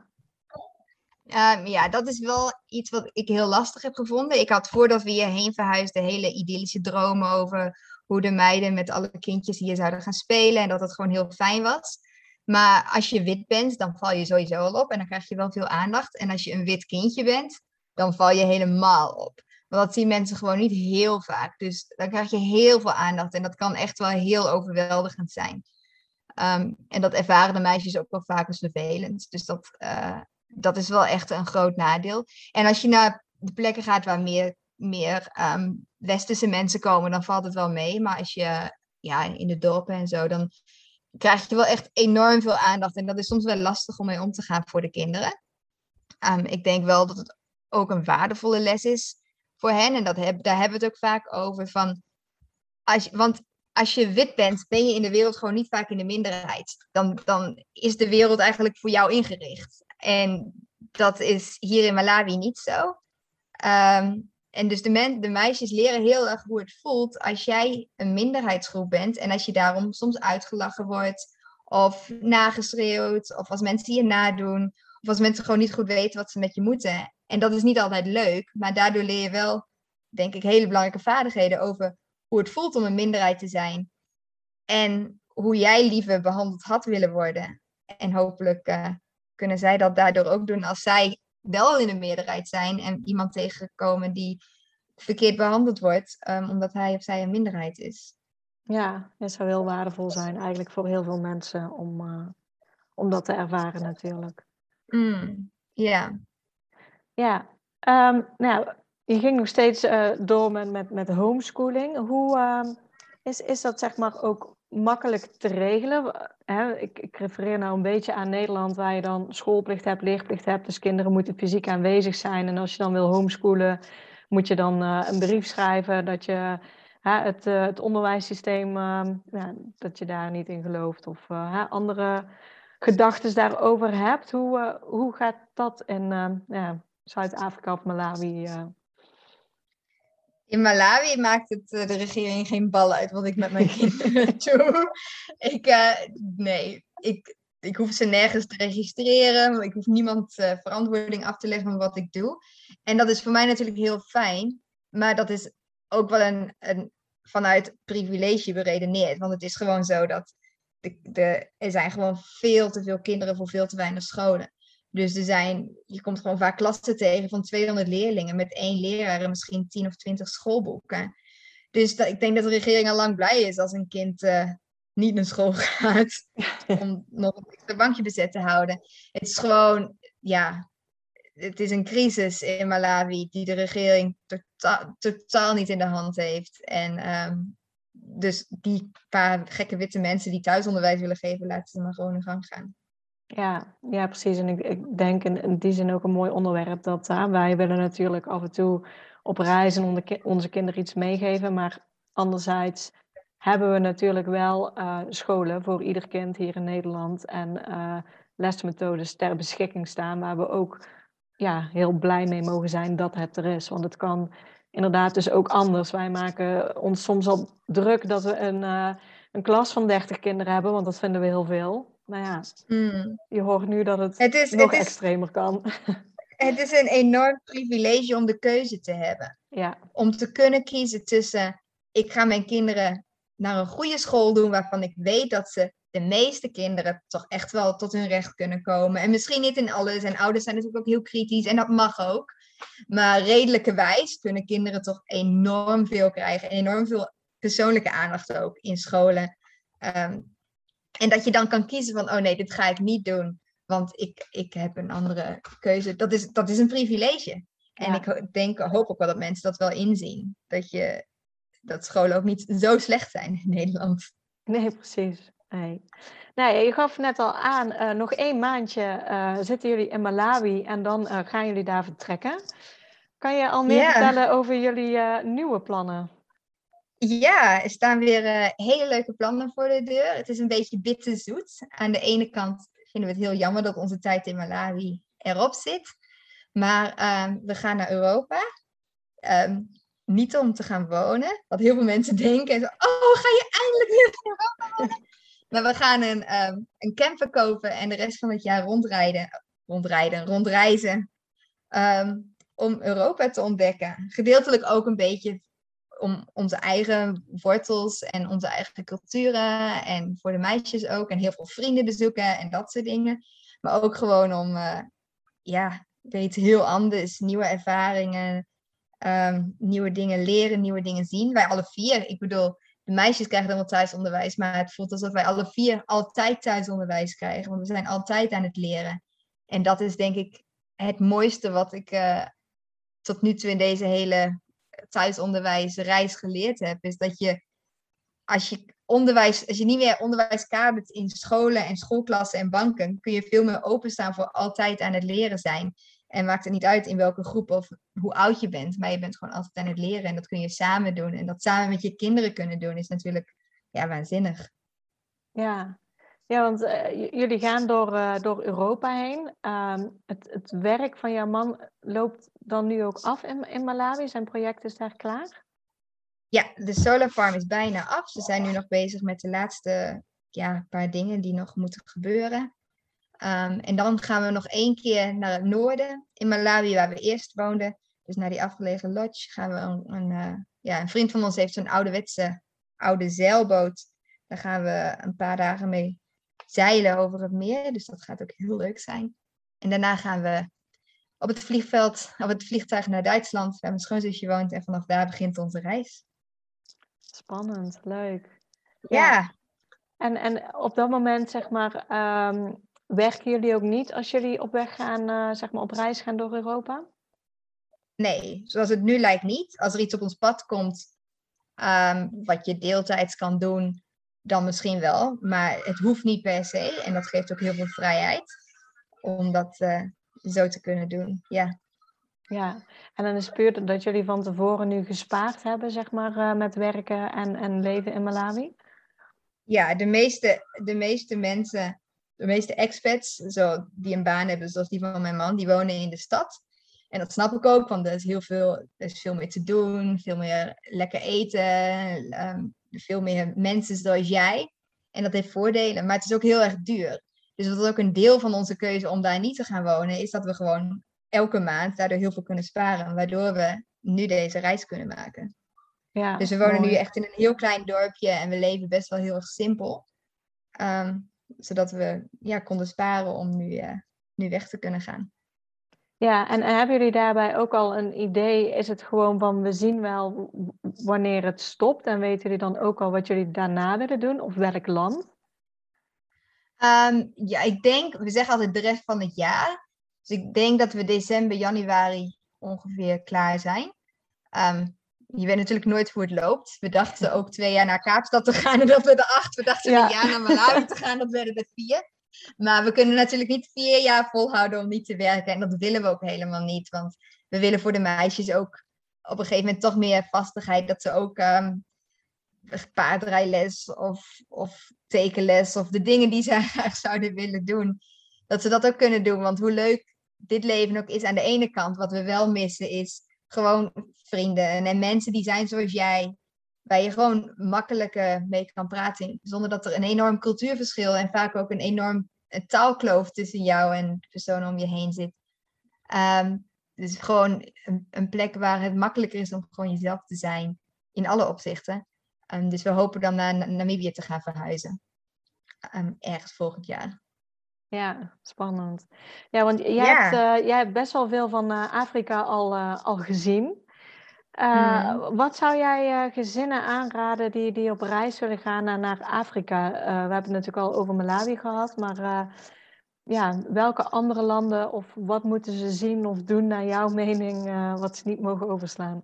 Um, ja, dat is wel iets wat ik heel lastig heb gevonden. Ik had voordat we hierheen verhuisden hele idyllische dromen over hoe de meiden met alle kindjes hier zouden gaan spelen en dat het gewoon heel fijn was. Maar als je wit bent, dan val je sowieso al op en dan krijg je wel veel aandacht. En als je een wit kindje bent, dan val je helemaal op. Want dat zien mensen gewoon niet heel vaak. Dus dan krijg je heel veel aandacht en dat kan echt wel heel overweldigend zijn. Um, en dat ervaren de meisjes ook wel vaak als vervelend. Dus dat, uh, dat is wel echt een groot nadeel. En als je naar de plekken gaat waar meer, meer um, westerse mensen komen, dan valt het wel mee. Maar als je ja, in de dorpen en zo, dan krijg je wel echt enorm veel aandacht. En dat is soms wel lastig om mee om te gaan voor de kinderen. Um, ik denk wel dat het ook een waardevolle les is voor hen. En dat heb, daar hebben we het ook vaak over. Van, als je, want als je wit bent, ben je in de wereld gewoon niet vaak in de minderheid. Dan, dan is de wereld eigenlijk voor jou ingericht. En dat is hier in Malawi niet zo. Um, En dus de, men, de meisjes leren heel erg hoe het voelt als jij een minderheidsgroep bent. En als je daarom soms uitgelachen wordt. Of nageschreeuwd. Of als mensen je nadoen. Of als mensen gewoon niet goed weten wat ze met je moeten. En dat is niet altijd leuk. Maar daardoor leer je wel, denk ik, hele belangrijke vaardigheden over hoe het voelt om een minderheid te zijn. En hoe jij liever behandeld had willen worden. En hopelijk uh, kunnen zij dat daardoor ook doen als zij wel in de meerderheid zijn en iemand tegenkomen die verkeerd behandeld wordt, um, omdat hij of zij een minderheid is. Ja, het zou heel waardevol zijn eigenlijk voor heel veel mensen om, uh, om dat te ervaren natuurlijk. Mm, yeah. Ja, um, nou, je ging nog steeds uh, door met, met, met homeschooling. Hoe uh, is, is dat, zeg maar, ook makkelijk te regelen? Hè, ik, ik refereer nou een beetje aan Nederland, waar je dan schoolplicht hebt, leerplicht hebt. Dus kinderen moeten fysiek aanwezig zijn. En als je dan wil homeschoolen, moet je dan uh, een brief schrijven dat je uh, het, uh, het onderwijssysteem, uh, ja, dat je daar niet in gelooft. Of uh, andere gedachten daarover hebt. Hoe, uh, hoe gaat dat in uh, ja, Zuid-Afrika of Malawi? Uh... In Malawi maakt het uh, de regering geen bal uit wat ik met mijn kinderen doe. Ik, uh, nee, ik, ik hoef ze nergens te registreren. Ik hoef niemand uh, verantwoording af te leggen van wat ik doe. En dat is voor mij natuurlijk heel fijn. Maar dat is ook wel een, een vanuit privilege beredeneerd. Want het is gewoon zo dat de, de, er zijn gewoon veel te veel kinderen voor veel te weinig scholen. Dus er zijn, je komt gewoon vaak klassen tegen van tweehonderd leerlingen met één leraar en misschien tien of twintig schoolboeken. Dus dat, ik denk dat de regering al lang blij is als een kind uh, niet naar school gaat. Om nog een extra bankje bezet te houden. Het is gewoon, ja, het is een crisis in Malawi die de regering totaal, totaal niet in de hand heeft. En um, dus die paar gekke witte mensen die thuisonderwijs willen geven, laten ze maar gewoon in gang gaan. Ja, ja, precies. En ik, ik denk in, in die zin ook een mooi onderwerp. Dat uh, wij willen natuurlijk af en toe op reis en onze, ki- onze kinderen iets meegeven. Maar anderzijds hebben we natuurlijk wel uh, scholen voor ieder kind hier in Nederland. En uh, lesmethodes ter beschikking staan. Waar we ook ja, heel blij mee mogen zijn dat het er is. Want het kan inderdaad dus ook anders. Wij maken ons soms al druk dat we een, uh, een klas van dertig kinderen hebben. Want dat vinden we heel veel. Maar ja, Mm. je hoort nu dat het, Het is, nog het is, extremer kan. Het is een enorm privilege om de keuze te hebben. Ja. Om te kunnen kiezen tussen, ik ga mijn kinderen naar een goede school doen waarvan ik weet dat ze, de meeste kinderen, toch echt wel tot hun recht kunnen komen. En misschien niet in alles. En ouders zijn natuurlijk ook heel kritisch en dat mag ook. Maar redelijkerwijs kunnen kinderen toch enorm veel krijgen. En enorm veel persoonlijke aandacht ook in scholen. Um, en dat je dan kan kiezen van, oh nee, dit ga ik niet doen. Want ik, ik heb een andere keuze. Dat is, dat is een privilege. En Ja. ik denk, hoop ook wel dat mensen dat wel inzien. Dat, je, dat scholen ook niet zo slecht zijn in Nederland. Nee, precies. Nee. Nee, je gaf net al aan, uh, nog één maandje uh, zitten jullie in Malawi en dan uh, gaan jullie daar vertrekken. Kan je al meer Ja. vertellen over jullie uh, nieuwe plannen? Ja, er staan weer uh, hele leuke plannen voor de deur. Het is een beetje bitterzoet. Aan de ene kant vinden we het heel jammer dat onze tijd in Malawi erop zit. Maar um, we gaan naar Europa. Um, niet om te gaan wonen, wat heel veel mensen denken. En zo, oh, ga je eindelijk weer naar Europa wonen? Maar we gaan een, um, een camper kopen en de rest van het jaar rondrijden. Rondrijden, rondreizen. Um, om Europa te ontdekken. Gedeeltelijk ook een beetje om onze eigen wortels en onze eigen culturen. En voor de meisjes ook. En heel veel vrienden bezoeken en dat soort dingen. Maar ook gewoon om, uh, ja, weet heel anders. Nieuwe ervaringen, um, nieuwe dingen leren, nieuwe dingen zien. Wij alle vier. Ik bedoel, de meisjes krijgen dan wel thuisonderwijs. Maar het voelt alsof wij alle vier altijd thuisonderwijs krijgen. Want we zijn altijd aan het leren. En dat is denk ik het mooiste wat ik uh, tot nu toe in deze hele thuisonderwijsreis geleerd heb, is dat je als je onderwijs, als je niet meer onderwijs kadert in scholen en schoolklassen en banken, kun je veel meer openstaan voor altijd aan het leren zijn. En maakt het niet uit in welke groep of hoe oud je bent, maar je bent gewoon altijd aan het leren en dat kun je samen doen. En dat samen met je kinderen kunnen doen is natuurlijk ja, waanzinnig. Ja. Ja, want uh, j- jullie gaan door, uh, door Europa heen. Um, het, het werk van jouw man loopt dan nu ook af in, in Malawi? Zijn project is daar klaar? Ja, de solar farm is bijna af. Ze zijn nu nog bezig met de laatste ja, paar dingen die nog moeten gebeuren. Um, en dan gaan we nog één keer naar het noorden, in Malawi, waar we eerst woonden. Dus naar die afgelegen lodge gaan we een, een, uh, ja, een vriend van ons heeft zo'n ouderwetse oude zeilboot. Daar gaan we een paar dagen mee zeilen over het meer. Dus dat gaat ook heel leuk zijn. En daarna gaan we op het vliegveld, op het vliegtuig naar Duitsland, waar mijn schoonzusje woont. En vanaf daar begint onze reis. Spannend, leuk. Ja. Ja. En, en op dat moment, zeg maar, um, werken jullie ook niet als jullie op weg gaan, uh, zeg maar, op reis gaan door Europa? Nee, zoals het nu lijkt niet. Als er iets op ons pad komt, um, wat je deeltijds kan doen, dan misschien wel. Maar het hoeft niet per se. En dat geeft ook heel veel vrijheid om dat uh, zo te kunnen doen. Ja. Ja, en dan is het puur dat jullie van tevoren nu gespaard hebben, zeg maar, uh, met werken en, en leven in Malawi? Ja, de meeste, de meeste mensen, de meeste expats zo, die een baan hebben, zoals die van mijn man, die wonen in de stad. En dat snap ik ook, want er is heel veel, er is veel meer te doen, veel meer lekker eten, um, veel meer mensen zoals jij. En dat heeft voordelen, maar het is ook heel erg duur. Dus dat is ook een deel van onze keuze om daar niet te gaan wonen, is dat we gewoon elke maand daardoor heel veel kunnen sparen, waardoor we nu deze reis kunnen maken. Ja, Dus we wonen mooi. nu echt in een heel klein dorpje en we leven best wel heel erg simpel. Um, zodat we ja, konden sparen om nu, uh, nu weg te kunnen gaan. Ja, en, en hebben jullie daarbij ook al een idee? Is het gewoon van we zien wel wanneer het stopt en weten jullie dan ook al wat jullie daarna willen doen of welk land? Um, ja, ik denk, we zeggen altijd de rest van het jaar. Dus ik denk dat we december, januari ongeveer klaar zijn. Um, je weet natuurlijk nooit hoe het loopt. We dachten ook twee jaar naar Kaapstad te gaan en dat we er acht. We dachten ja. een jaar naar Malawi te gaan, dat werden er vier. Maar we kunnen natuurlijk niet vier jaar volhouden om niet te werken. En dat willen we ook helemaal niet. Want we willen voor de meisjes ook op een gegeven moment toch meer vastigheid. Dat ze ook um, paardrijles of, of tekenles of de dingen die ze graag zouden willen doen. Dat ze dat ook kunnen doen. Want hoe leuk dit leven ook is aan de ene kant. Wat we wel missen is gewoon vrienden. En, en mensen die zijn zoals jij. Waar je gewoon makkelijker mee kan praten. Zonder dat er een enorm cultuurverschil en vaak ook een enorm een taalkloof tussen jou en de persoon om je heen zit. Um, dus gewoon een, een plek waar het makkelijker is om gewoon jezelf te zijn. In alle opzichten. Um, dus we hopen dan naar Namibië te gaan verhuizen. Um, ergens volgend jaar. Ja, spannend. Ja, want jij, ja. Hebt, uh, jij hebt best wel veel van uh, Afrika al, uh, al gezien. Uh, hmm. Wat zou jij uh, gezinnen aanraden die, die op reis willen gaan naar, naar Afrika? Uh, we hebben het natuurlijk al over Malawi gehad, maar uh, ja, welke andere landen of wat moeten ze zien of doen naar jouw mening uh, wat ze niet mogen overslaan?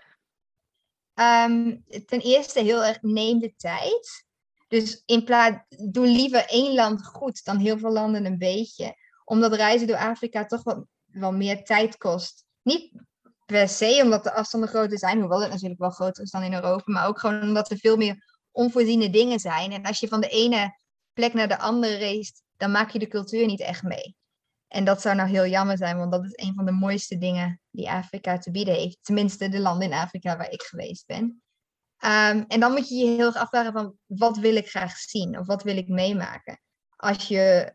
Um, ten eerste heel erg neem de tijd. Dus in plaats, doe liever één land goed dan heel veel landen een beetje. Omdat reizen door Afrika toch wel, wel meer tijd kost. Niet per se omdat de afstanden groter zijn, hoewel het natuurlijk wel groter is dan in Europa, maar ook gewoon omdat er veel meer onvoorziene dingen zijn. En als je van de ene plek naar de andere reist, dan maak je de cultuur niet echt mee. En dat zou nou heel jammer zijn, want dat is een van de mooiste dingen die Afrika te bieden heeft. Tenminste, de landen in Afrika waar ik geweest ben. Um, en dan moet je je heel erg afvragen van, wat wil ik graag zien? Of wat wil ik meemaken? Als je,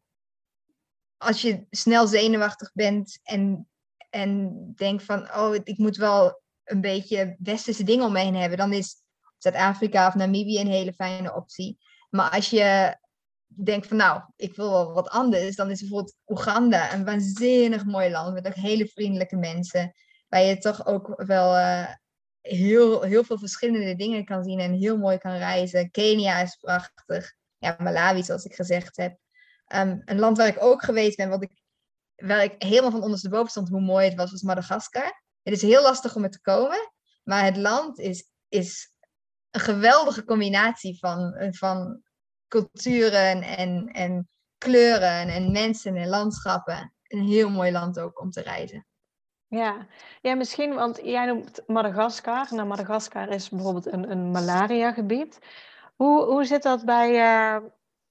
als je snel zenuwachtig bent en, en denkt van, oh, ik moet wel een beetje westerse dingen om me heen hebben, dan is Zuid-Afrika of Namibië een hele fijne optie. Maar als je denkt van, nou, ik wil wel wat anders, dan is bijvoorbeeld Oeganda een waanzinnig mooi land met ook hele vriendelijke mensen, waar je toch ook wel uh, heel, heel veel verschillende dingen kan zien en heel mooi kan reizen. Kenia is prachtig. Ja, Malawi, zoals ik gezegd heb. Um, een land waar ik ook geweest ben, wat ik, waar ik helemaal van ondersteboven stond hoe mooi het was, was Madagaskar. Het is heel lastig om er te komen, maar het land is, is een geweldige combinatie van, van culturen en, en kleuren en mensen en landschappen. Een heel mooi land ook om te reizen. Ja, ja, misschien, want jij noemt Madagaskar. Nou, Madagaskar is bijvoorbeeld een, een malaria-gebied. Hoe, hoe zit dat bij, uh,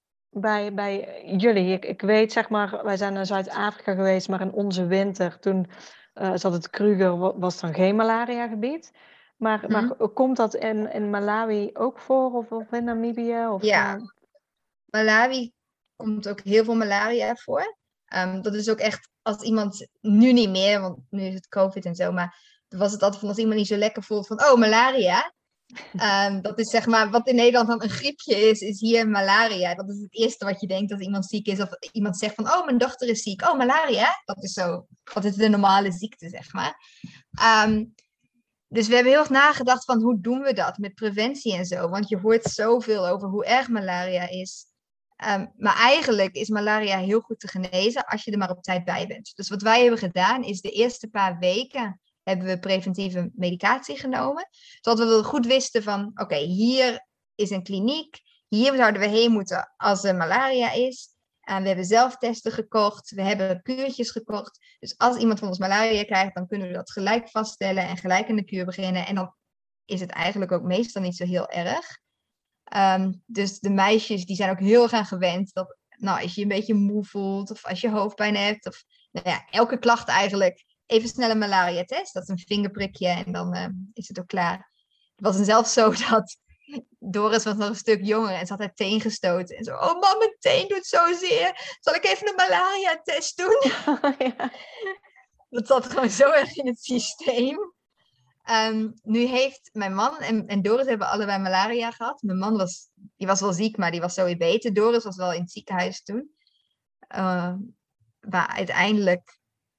bij, bij jullie? Ik, ik weet, zeg maar, wij zijn naar Zuid-Afrika geweest, maar in onze winter, toen uh, zat het Kruger, was dan geen malaria-gebied. Maar, hmm. maar komt dat in, in Malawi ook voor, of, of in Namibië? Of, ja, uh... Malawi komt ook heel veel malaria voor. Um, dat is ook echt, als iemand, nu niet meer, want nu is het COVID en zo, maar toen was het altijd van als iemand niet zo lekker voelt van, oh, malaria. Um, dat is zeg maar, wat in Nederland dan een griepje is, is hier malaria. Dat is het eerste wat je denkt als iemand ziek is, of iemand zegt van, oh, mijn dochter is ziek. Oh, malaria. Dat is zo, dat is de normale ziekte, zeg maar. Um, dus we hebben heel erg nagedacht van, hoe doen we dat met preventie en zo? Want je hoort zoveel over hoe erg malaria is. Um, maar eigenlijk is malaria heel goed te genezen als je er maar op tijd bij bent. Dus wat wij hebben gedaan is de eerste paar weken hebben we preventieve medicatie genomen. Zodat we goed wisten van, oké, okay, hier is een kliniek. Hier zouden we heen moeten als er malaria is. En we hebben zelf testen gekocht. We hebben kuurtjes gekocht. Dus als iemand van ons malaria krijgt, dan kunnen we dat gelijk vaststellen en gelijk in de kuur beginnen. En dan is het eigenlijk ook meestal niet zo heel erg. Um, dus de meisjes die zijn ook heel erg aan gewend dat, nou, als je je een beetje moe voelt of als je hoofdpijn hebt of nou ja, elke klacht eigenlijk, even snel een malaria-test. Dat is een vingerprikje en dan uh, is het ook klaar. Het was zelfs zo dat Doris was nog een stuk jonger en ze had haar teen gestoten. En zo, oh mam, mijn teen doet zozeer. Zal ik even een malaria-test doen? Ja. Dat zat gewoon zo erg in het systeem. Um, nu heeft mijn man en, en Doris hebben allebei malaria gehad. Mijn man was, die was wel ziek, maar die was zo beter. Doris was wel in het ziekenhuis toen. Uh, maar uiteindelijk,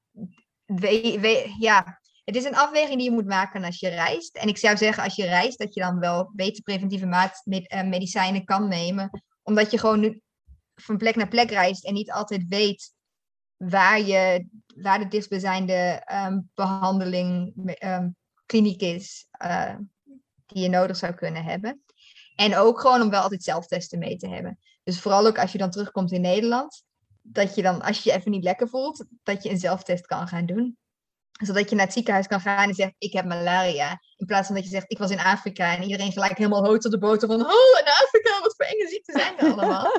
we, we, ja, het is een afweging die je moet maken als je reist. En ik zou zeggen, als je reist, dat je dan wel beter preventieve maat, med, uh, medicijnen kan nemen. Omdat je gewoon nu van plek naar plek reist en niet altijd weet waar, je, waar de dichtstbijzijnde um, behandeling, um, kliniek is, uh, die je nodig zou kunnen hebben. En ook gewoon om wel altijd zelftesten mee te hebben. Dus vooral ook als je dan terugkomt in Nederland, dat je dan, als je je even niet lekker voelt, dat je een zelftest kan gaan doen. Zodat je naar het ziekenhuis kan gaan en zegt, ik heb malaria. In plaats van dat je zegt, ik was in Afrika en iedereen gelijk helemaal hout op de boter van, oh, in Afrika, wat voor enge ziekten zijn er allemaal.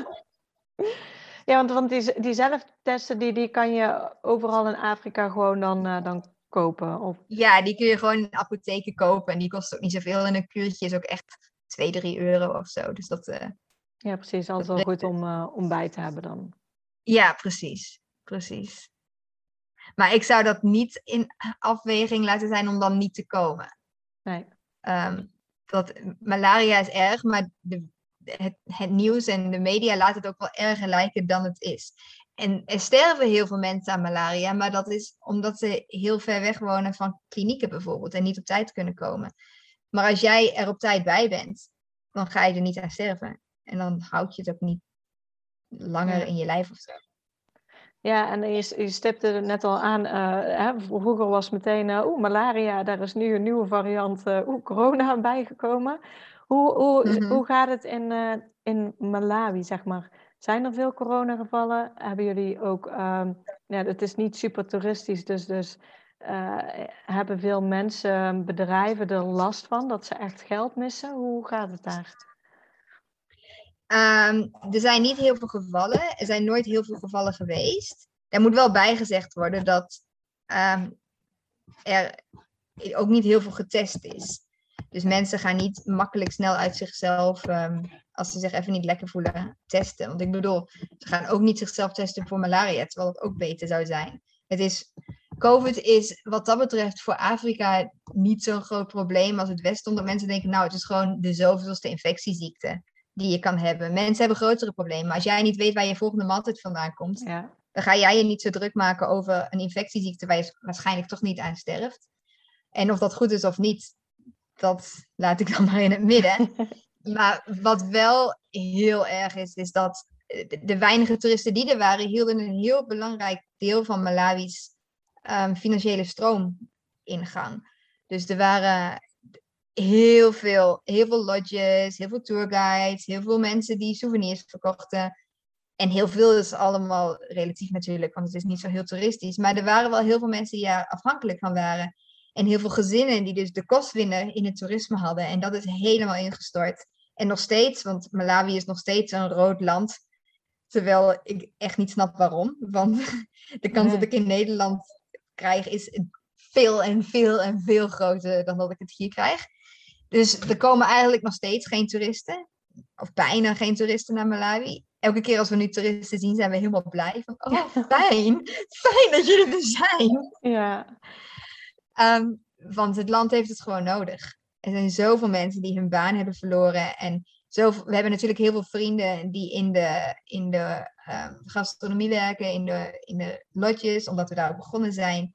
Ja, want, want die, die zelftesten, die, die kan je overal in Afrika gewoon dan, uh, dan kopen? Of... Ja, die kun je gewoon in de apotheken kopen en die kost ook niet zoveel. En een kuurtje is ook echt twee, drie euro of zo. Dus dat... Uh, ja, precies. Altijd wel goed om, uh, om bij te hebben dan. Ja, precies. Precies. Maar ik zou dat niet in afweging laten zijn om dan niet te komen. Nee. Um, dat, malaria is erg, maar de, het, het nieuws en de media laten het ook wel erger lijken dan het is. En er sterven heel veel mensen aan malaria, maar dat is omdat ze heel ver weg wonen van klinieken bijvoorbeeld en niet op tijd kunnen komen. Maar als jij er op tijd bij bent, dan ga je er niet aan sterven. En dan houd je het ook niet langer ja. in je lijf of zo. Ja, en je, je stipte het net al aan, uh, hè, vroeger was meteen, uh, oeh, malaria, daar is nu een nieuwe variant, uh, oeh, corona bijgekomen. Hoe, hoe, mm-hmm. hoe gaat het in, uh, in Malawi, zeg maar? Zijn er veel coronagevallen? Hebben jullie ook, um, ja, het is niet super toeristisch, dus, dus uh, hebben veel mensen, bedrijven er last van, dat ze echt geld missen? Hoe gaat het daar? Um, er zijn niet heel veel gevallen. Er zijn nooit heel veel gevallen geweest. Er moet wel bijgezegd worden dat um, er ook niet heel veel getest is. Dus mensen gaan niet makkelijk snel uit zichzelf, um, als ze zich even niet lekker voelen, testen. Want ik bedoel, ze gaan ook niet zichzelf testen voor malaria, terwijl het ook beter zou zijn. Het is, COVID is wat dat betreft voor Afrika niet zo'n groot probleem als het Westen. Omdat mensen denken, nou, het is gewoon de zoveelste infectieziekte die je kan hebben. Mensen hebben grotere problemen. Maar als jij niet weet waar je volgende maaltijd vandaan komt, ja. dan ga jij je niet zo druk maken over een infectieziekte waar je waarschijnlijk toch niet aan sterft. En of dat goed is of niet, dat laat ik dan maar in het midden. Maar wat wel heel erg is, is dat de weinige toeristen die er waren, hielden een heel belangrijk deel van Malawi's um, financiële stroom in gang. Dus er waren heel veel, heel veel lodges, heel veel tourguides, heel veel mensen die souvenirs verkochten. En heel veel is allemaal relatief natuurlijk, want het is niet zo heel toeristisch. Maar er waren wel heel veel mensen die daar afhankelijk van waren. En heel veel gezinnen die dus de kostwinner in het toerisme hadden. En dat is helemaal ingestort. En nog steeds, want Malawi is nog steeds een rood land. Terwijl ik echt niet snap waarom. Want de kans nee. dat ik in Nederland krijg is veel en veel en veel groter dan dat ik het hier krijg. Dus er komen eigenlijk nog steeds geen toeristen. Of bijna geen toeristen naar Malawi. Elke keer als we nu toeristen zien, zijn we helemaal blij. Van, oh, fijn. Fijn dat jullie er zijn. Ja. Um, want het land heeft het gewoon nodig. Er zijn zoveel mensen die hun baan hebben verloren. En zoveel, we hebben natuurlijk heel veel vrienden die in de, in de um, gastronomie werken. In de, in de lodges, omdat we daar ook begonnen zijn.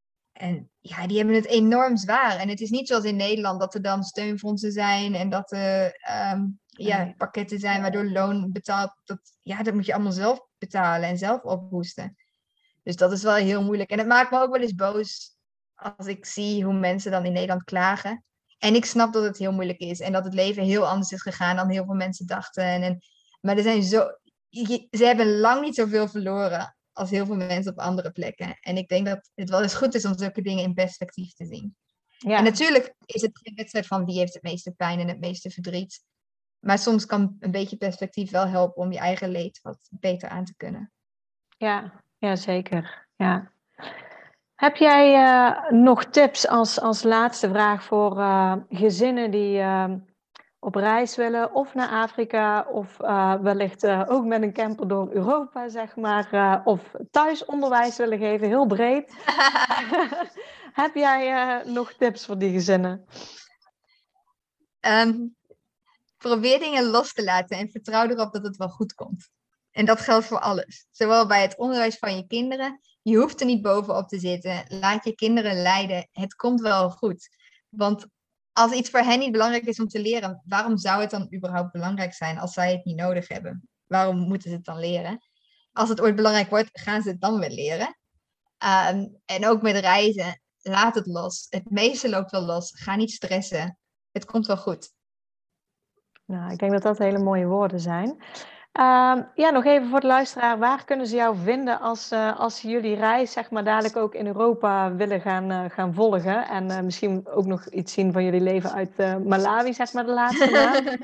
En ja, die hebben het enorm zwaar. En het is niet zoals in Nederland dat er dan steunfondsen zijn. En dat er um, ja, pakketten zijn waardoor loon betaald. Dat, ja, dat moet je allemaal zelf betalen en zelf ophoesten. Dus dat is wel heel moeilijk. En het maakt me ook wel eens boos als ik zie hoe mensen dan in Nederland klagen. En ik snap dat het heel moeilijk is. En dat het leven heel anders is gegaan dan heel veel mensen dachten. En, en, maar er zijn zo, je, ze hebben lang niet zoveel verloren als heel veel mensen op andere plekken. En ik denk dat het wel eens goed is om zulke dingen in perspectief te zien. Ja. En natuurlijk is het geen wedstrijd van wie heeft het meeste pijn en het meeste verdriet. Maar soms kan een beetje perspectief wel helpen om je eigen leed wat beter aan te kunnen. Ja, ja zeker. Ja. Heb jij uh, nog tips als, als laatste vraag voor uh, gezinnen die uh, op reis willen, of naar Afrika, of uh, wellicht uh, ook met een camper door Europa, zeg maar, uh, of thuisonderwijs willen geven, heel breed. Heb jij uh, nog tips voor die gezinnen? Um, probeer dingen los te laten en vertrouw erop dat het wel goed komt. En dat geldt voor alles. Zowel bij het onderwijs van je kinderen. Je hoeft er niet bovenop te zitten. Laat je kinderen leiden. Het komt wel goed. Want als iets voor hen niet belangrijk is om te leren, waarom zou het dan überhaupt belangrijk zijn als zij het niet nodig hebben? Waarom moeten ze het dan leren? Als het ooit belangrijk wordt, gaan ze het dan weer leren. Um, en ook met reizen, laat het los. Het meeste loopt wel los. Ga niet stressen. Het komt wel goed. Nou, ik denk dat dat hele mooie woorden zijn. Uh, ja, nog even voor de luisteraar. Waar kunnen ze jou vinden als, uh, als ze jullie reis, zeg maar, dadelijk ook in Europa willen gaan, uh, gaan volgen? En uh, misschien ook nog iets zien van jullie leven uit uh, Malawi, zeg maar, de laatste maand.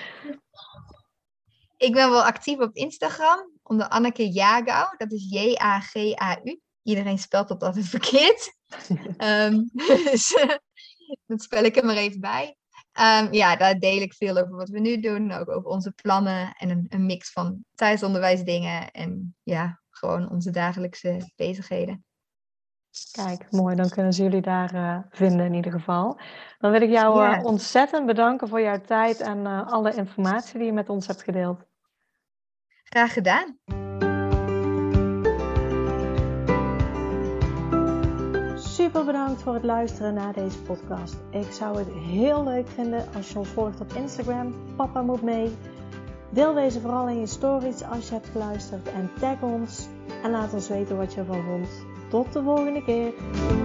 Ik ben wel actief op Instagram onder Anneke Jagau. Dat is J A G A U. Iedereen spelt dat altijd verkeerd. um, dus dat spel ik er maar even bij. Um, ja, daar deel ik veel over wat we nu doen. Ook over onze plannen en een, een mix van thuisonderwijsdingen. En ja, gewoon onze dagelijkse bezigheden. Kijk, mooi. Dan kunnen ze jullie daar uh, vinden in ieder geval. Dan wil ik jou Ja. uh, ontzettend bedanken voor jouw tijd en uh, alle informatie die je met ons hebt gedeeld. Graag gedaan. Super bedankt voor het luisteren naar deze podcast. Ik zou het heel leuk vinden als je ons volgt op Instagram. Papa moet mee. Deel deze vooral in je stories als je hebt geluisterd. En tag ons. En laat ons weten wat je ervan vond. Tot de volgende keer.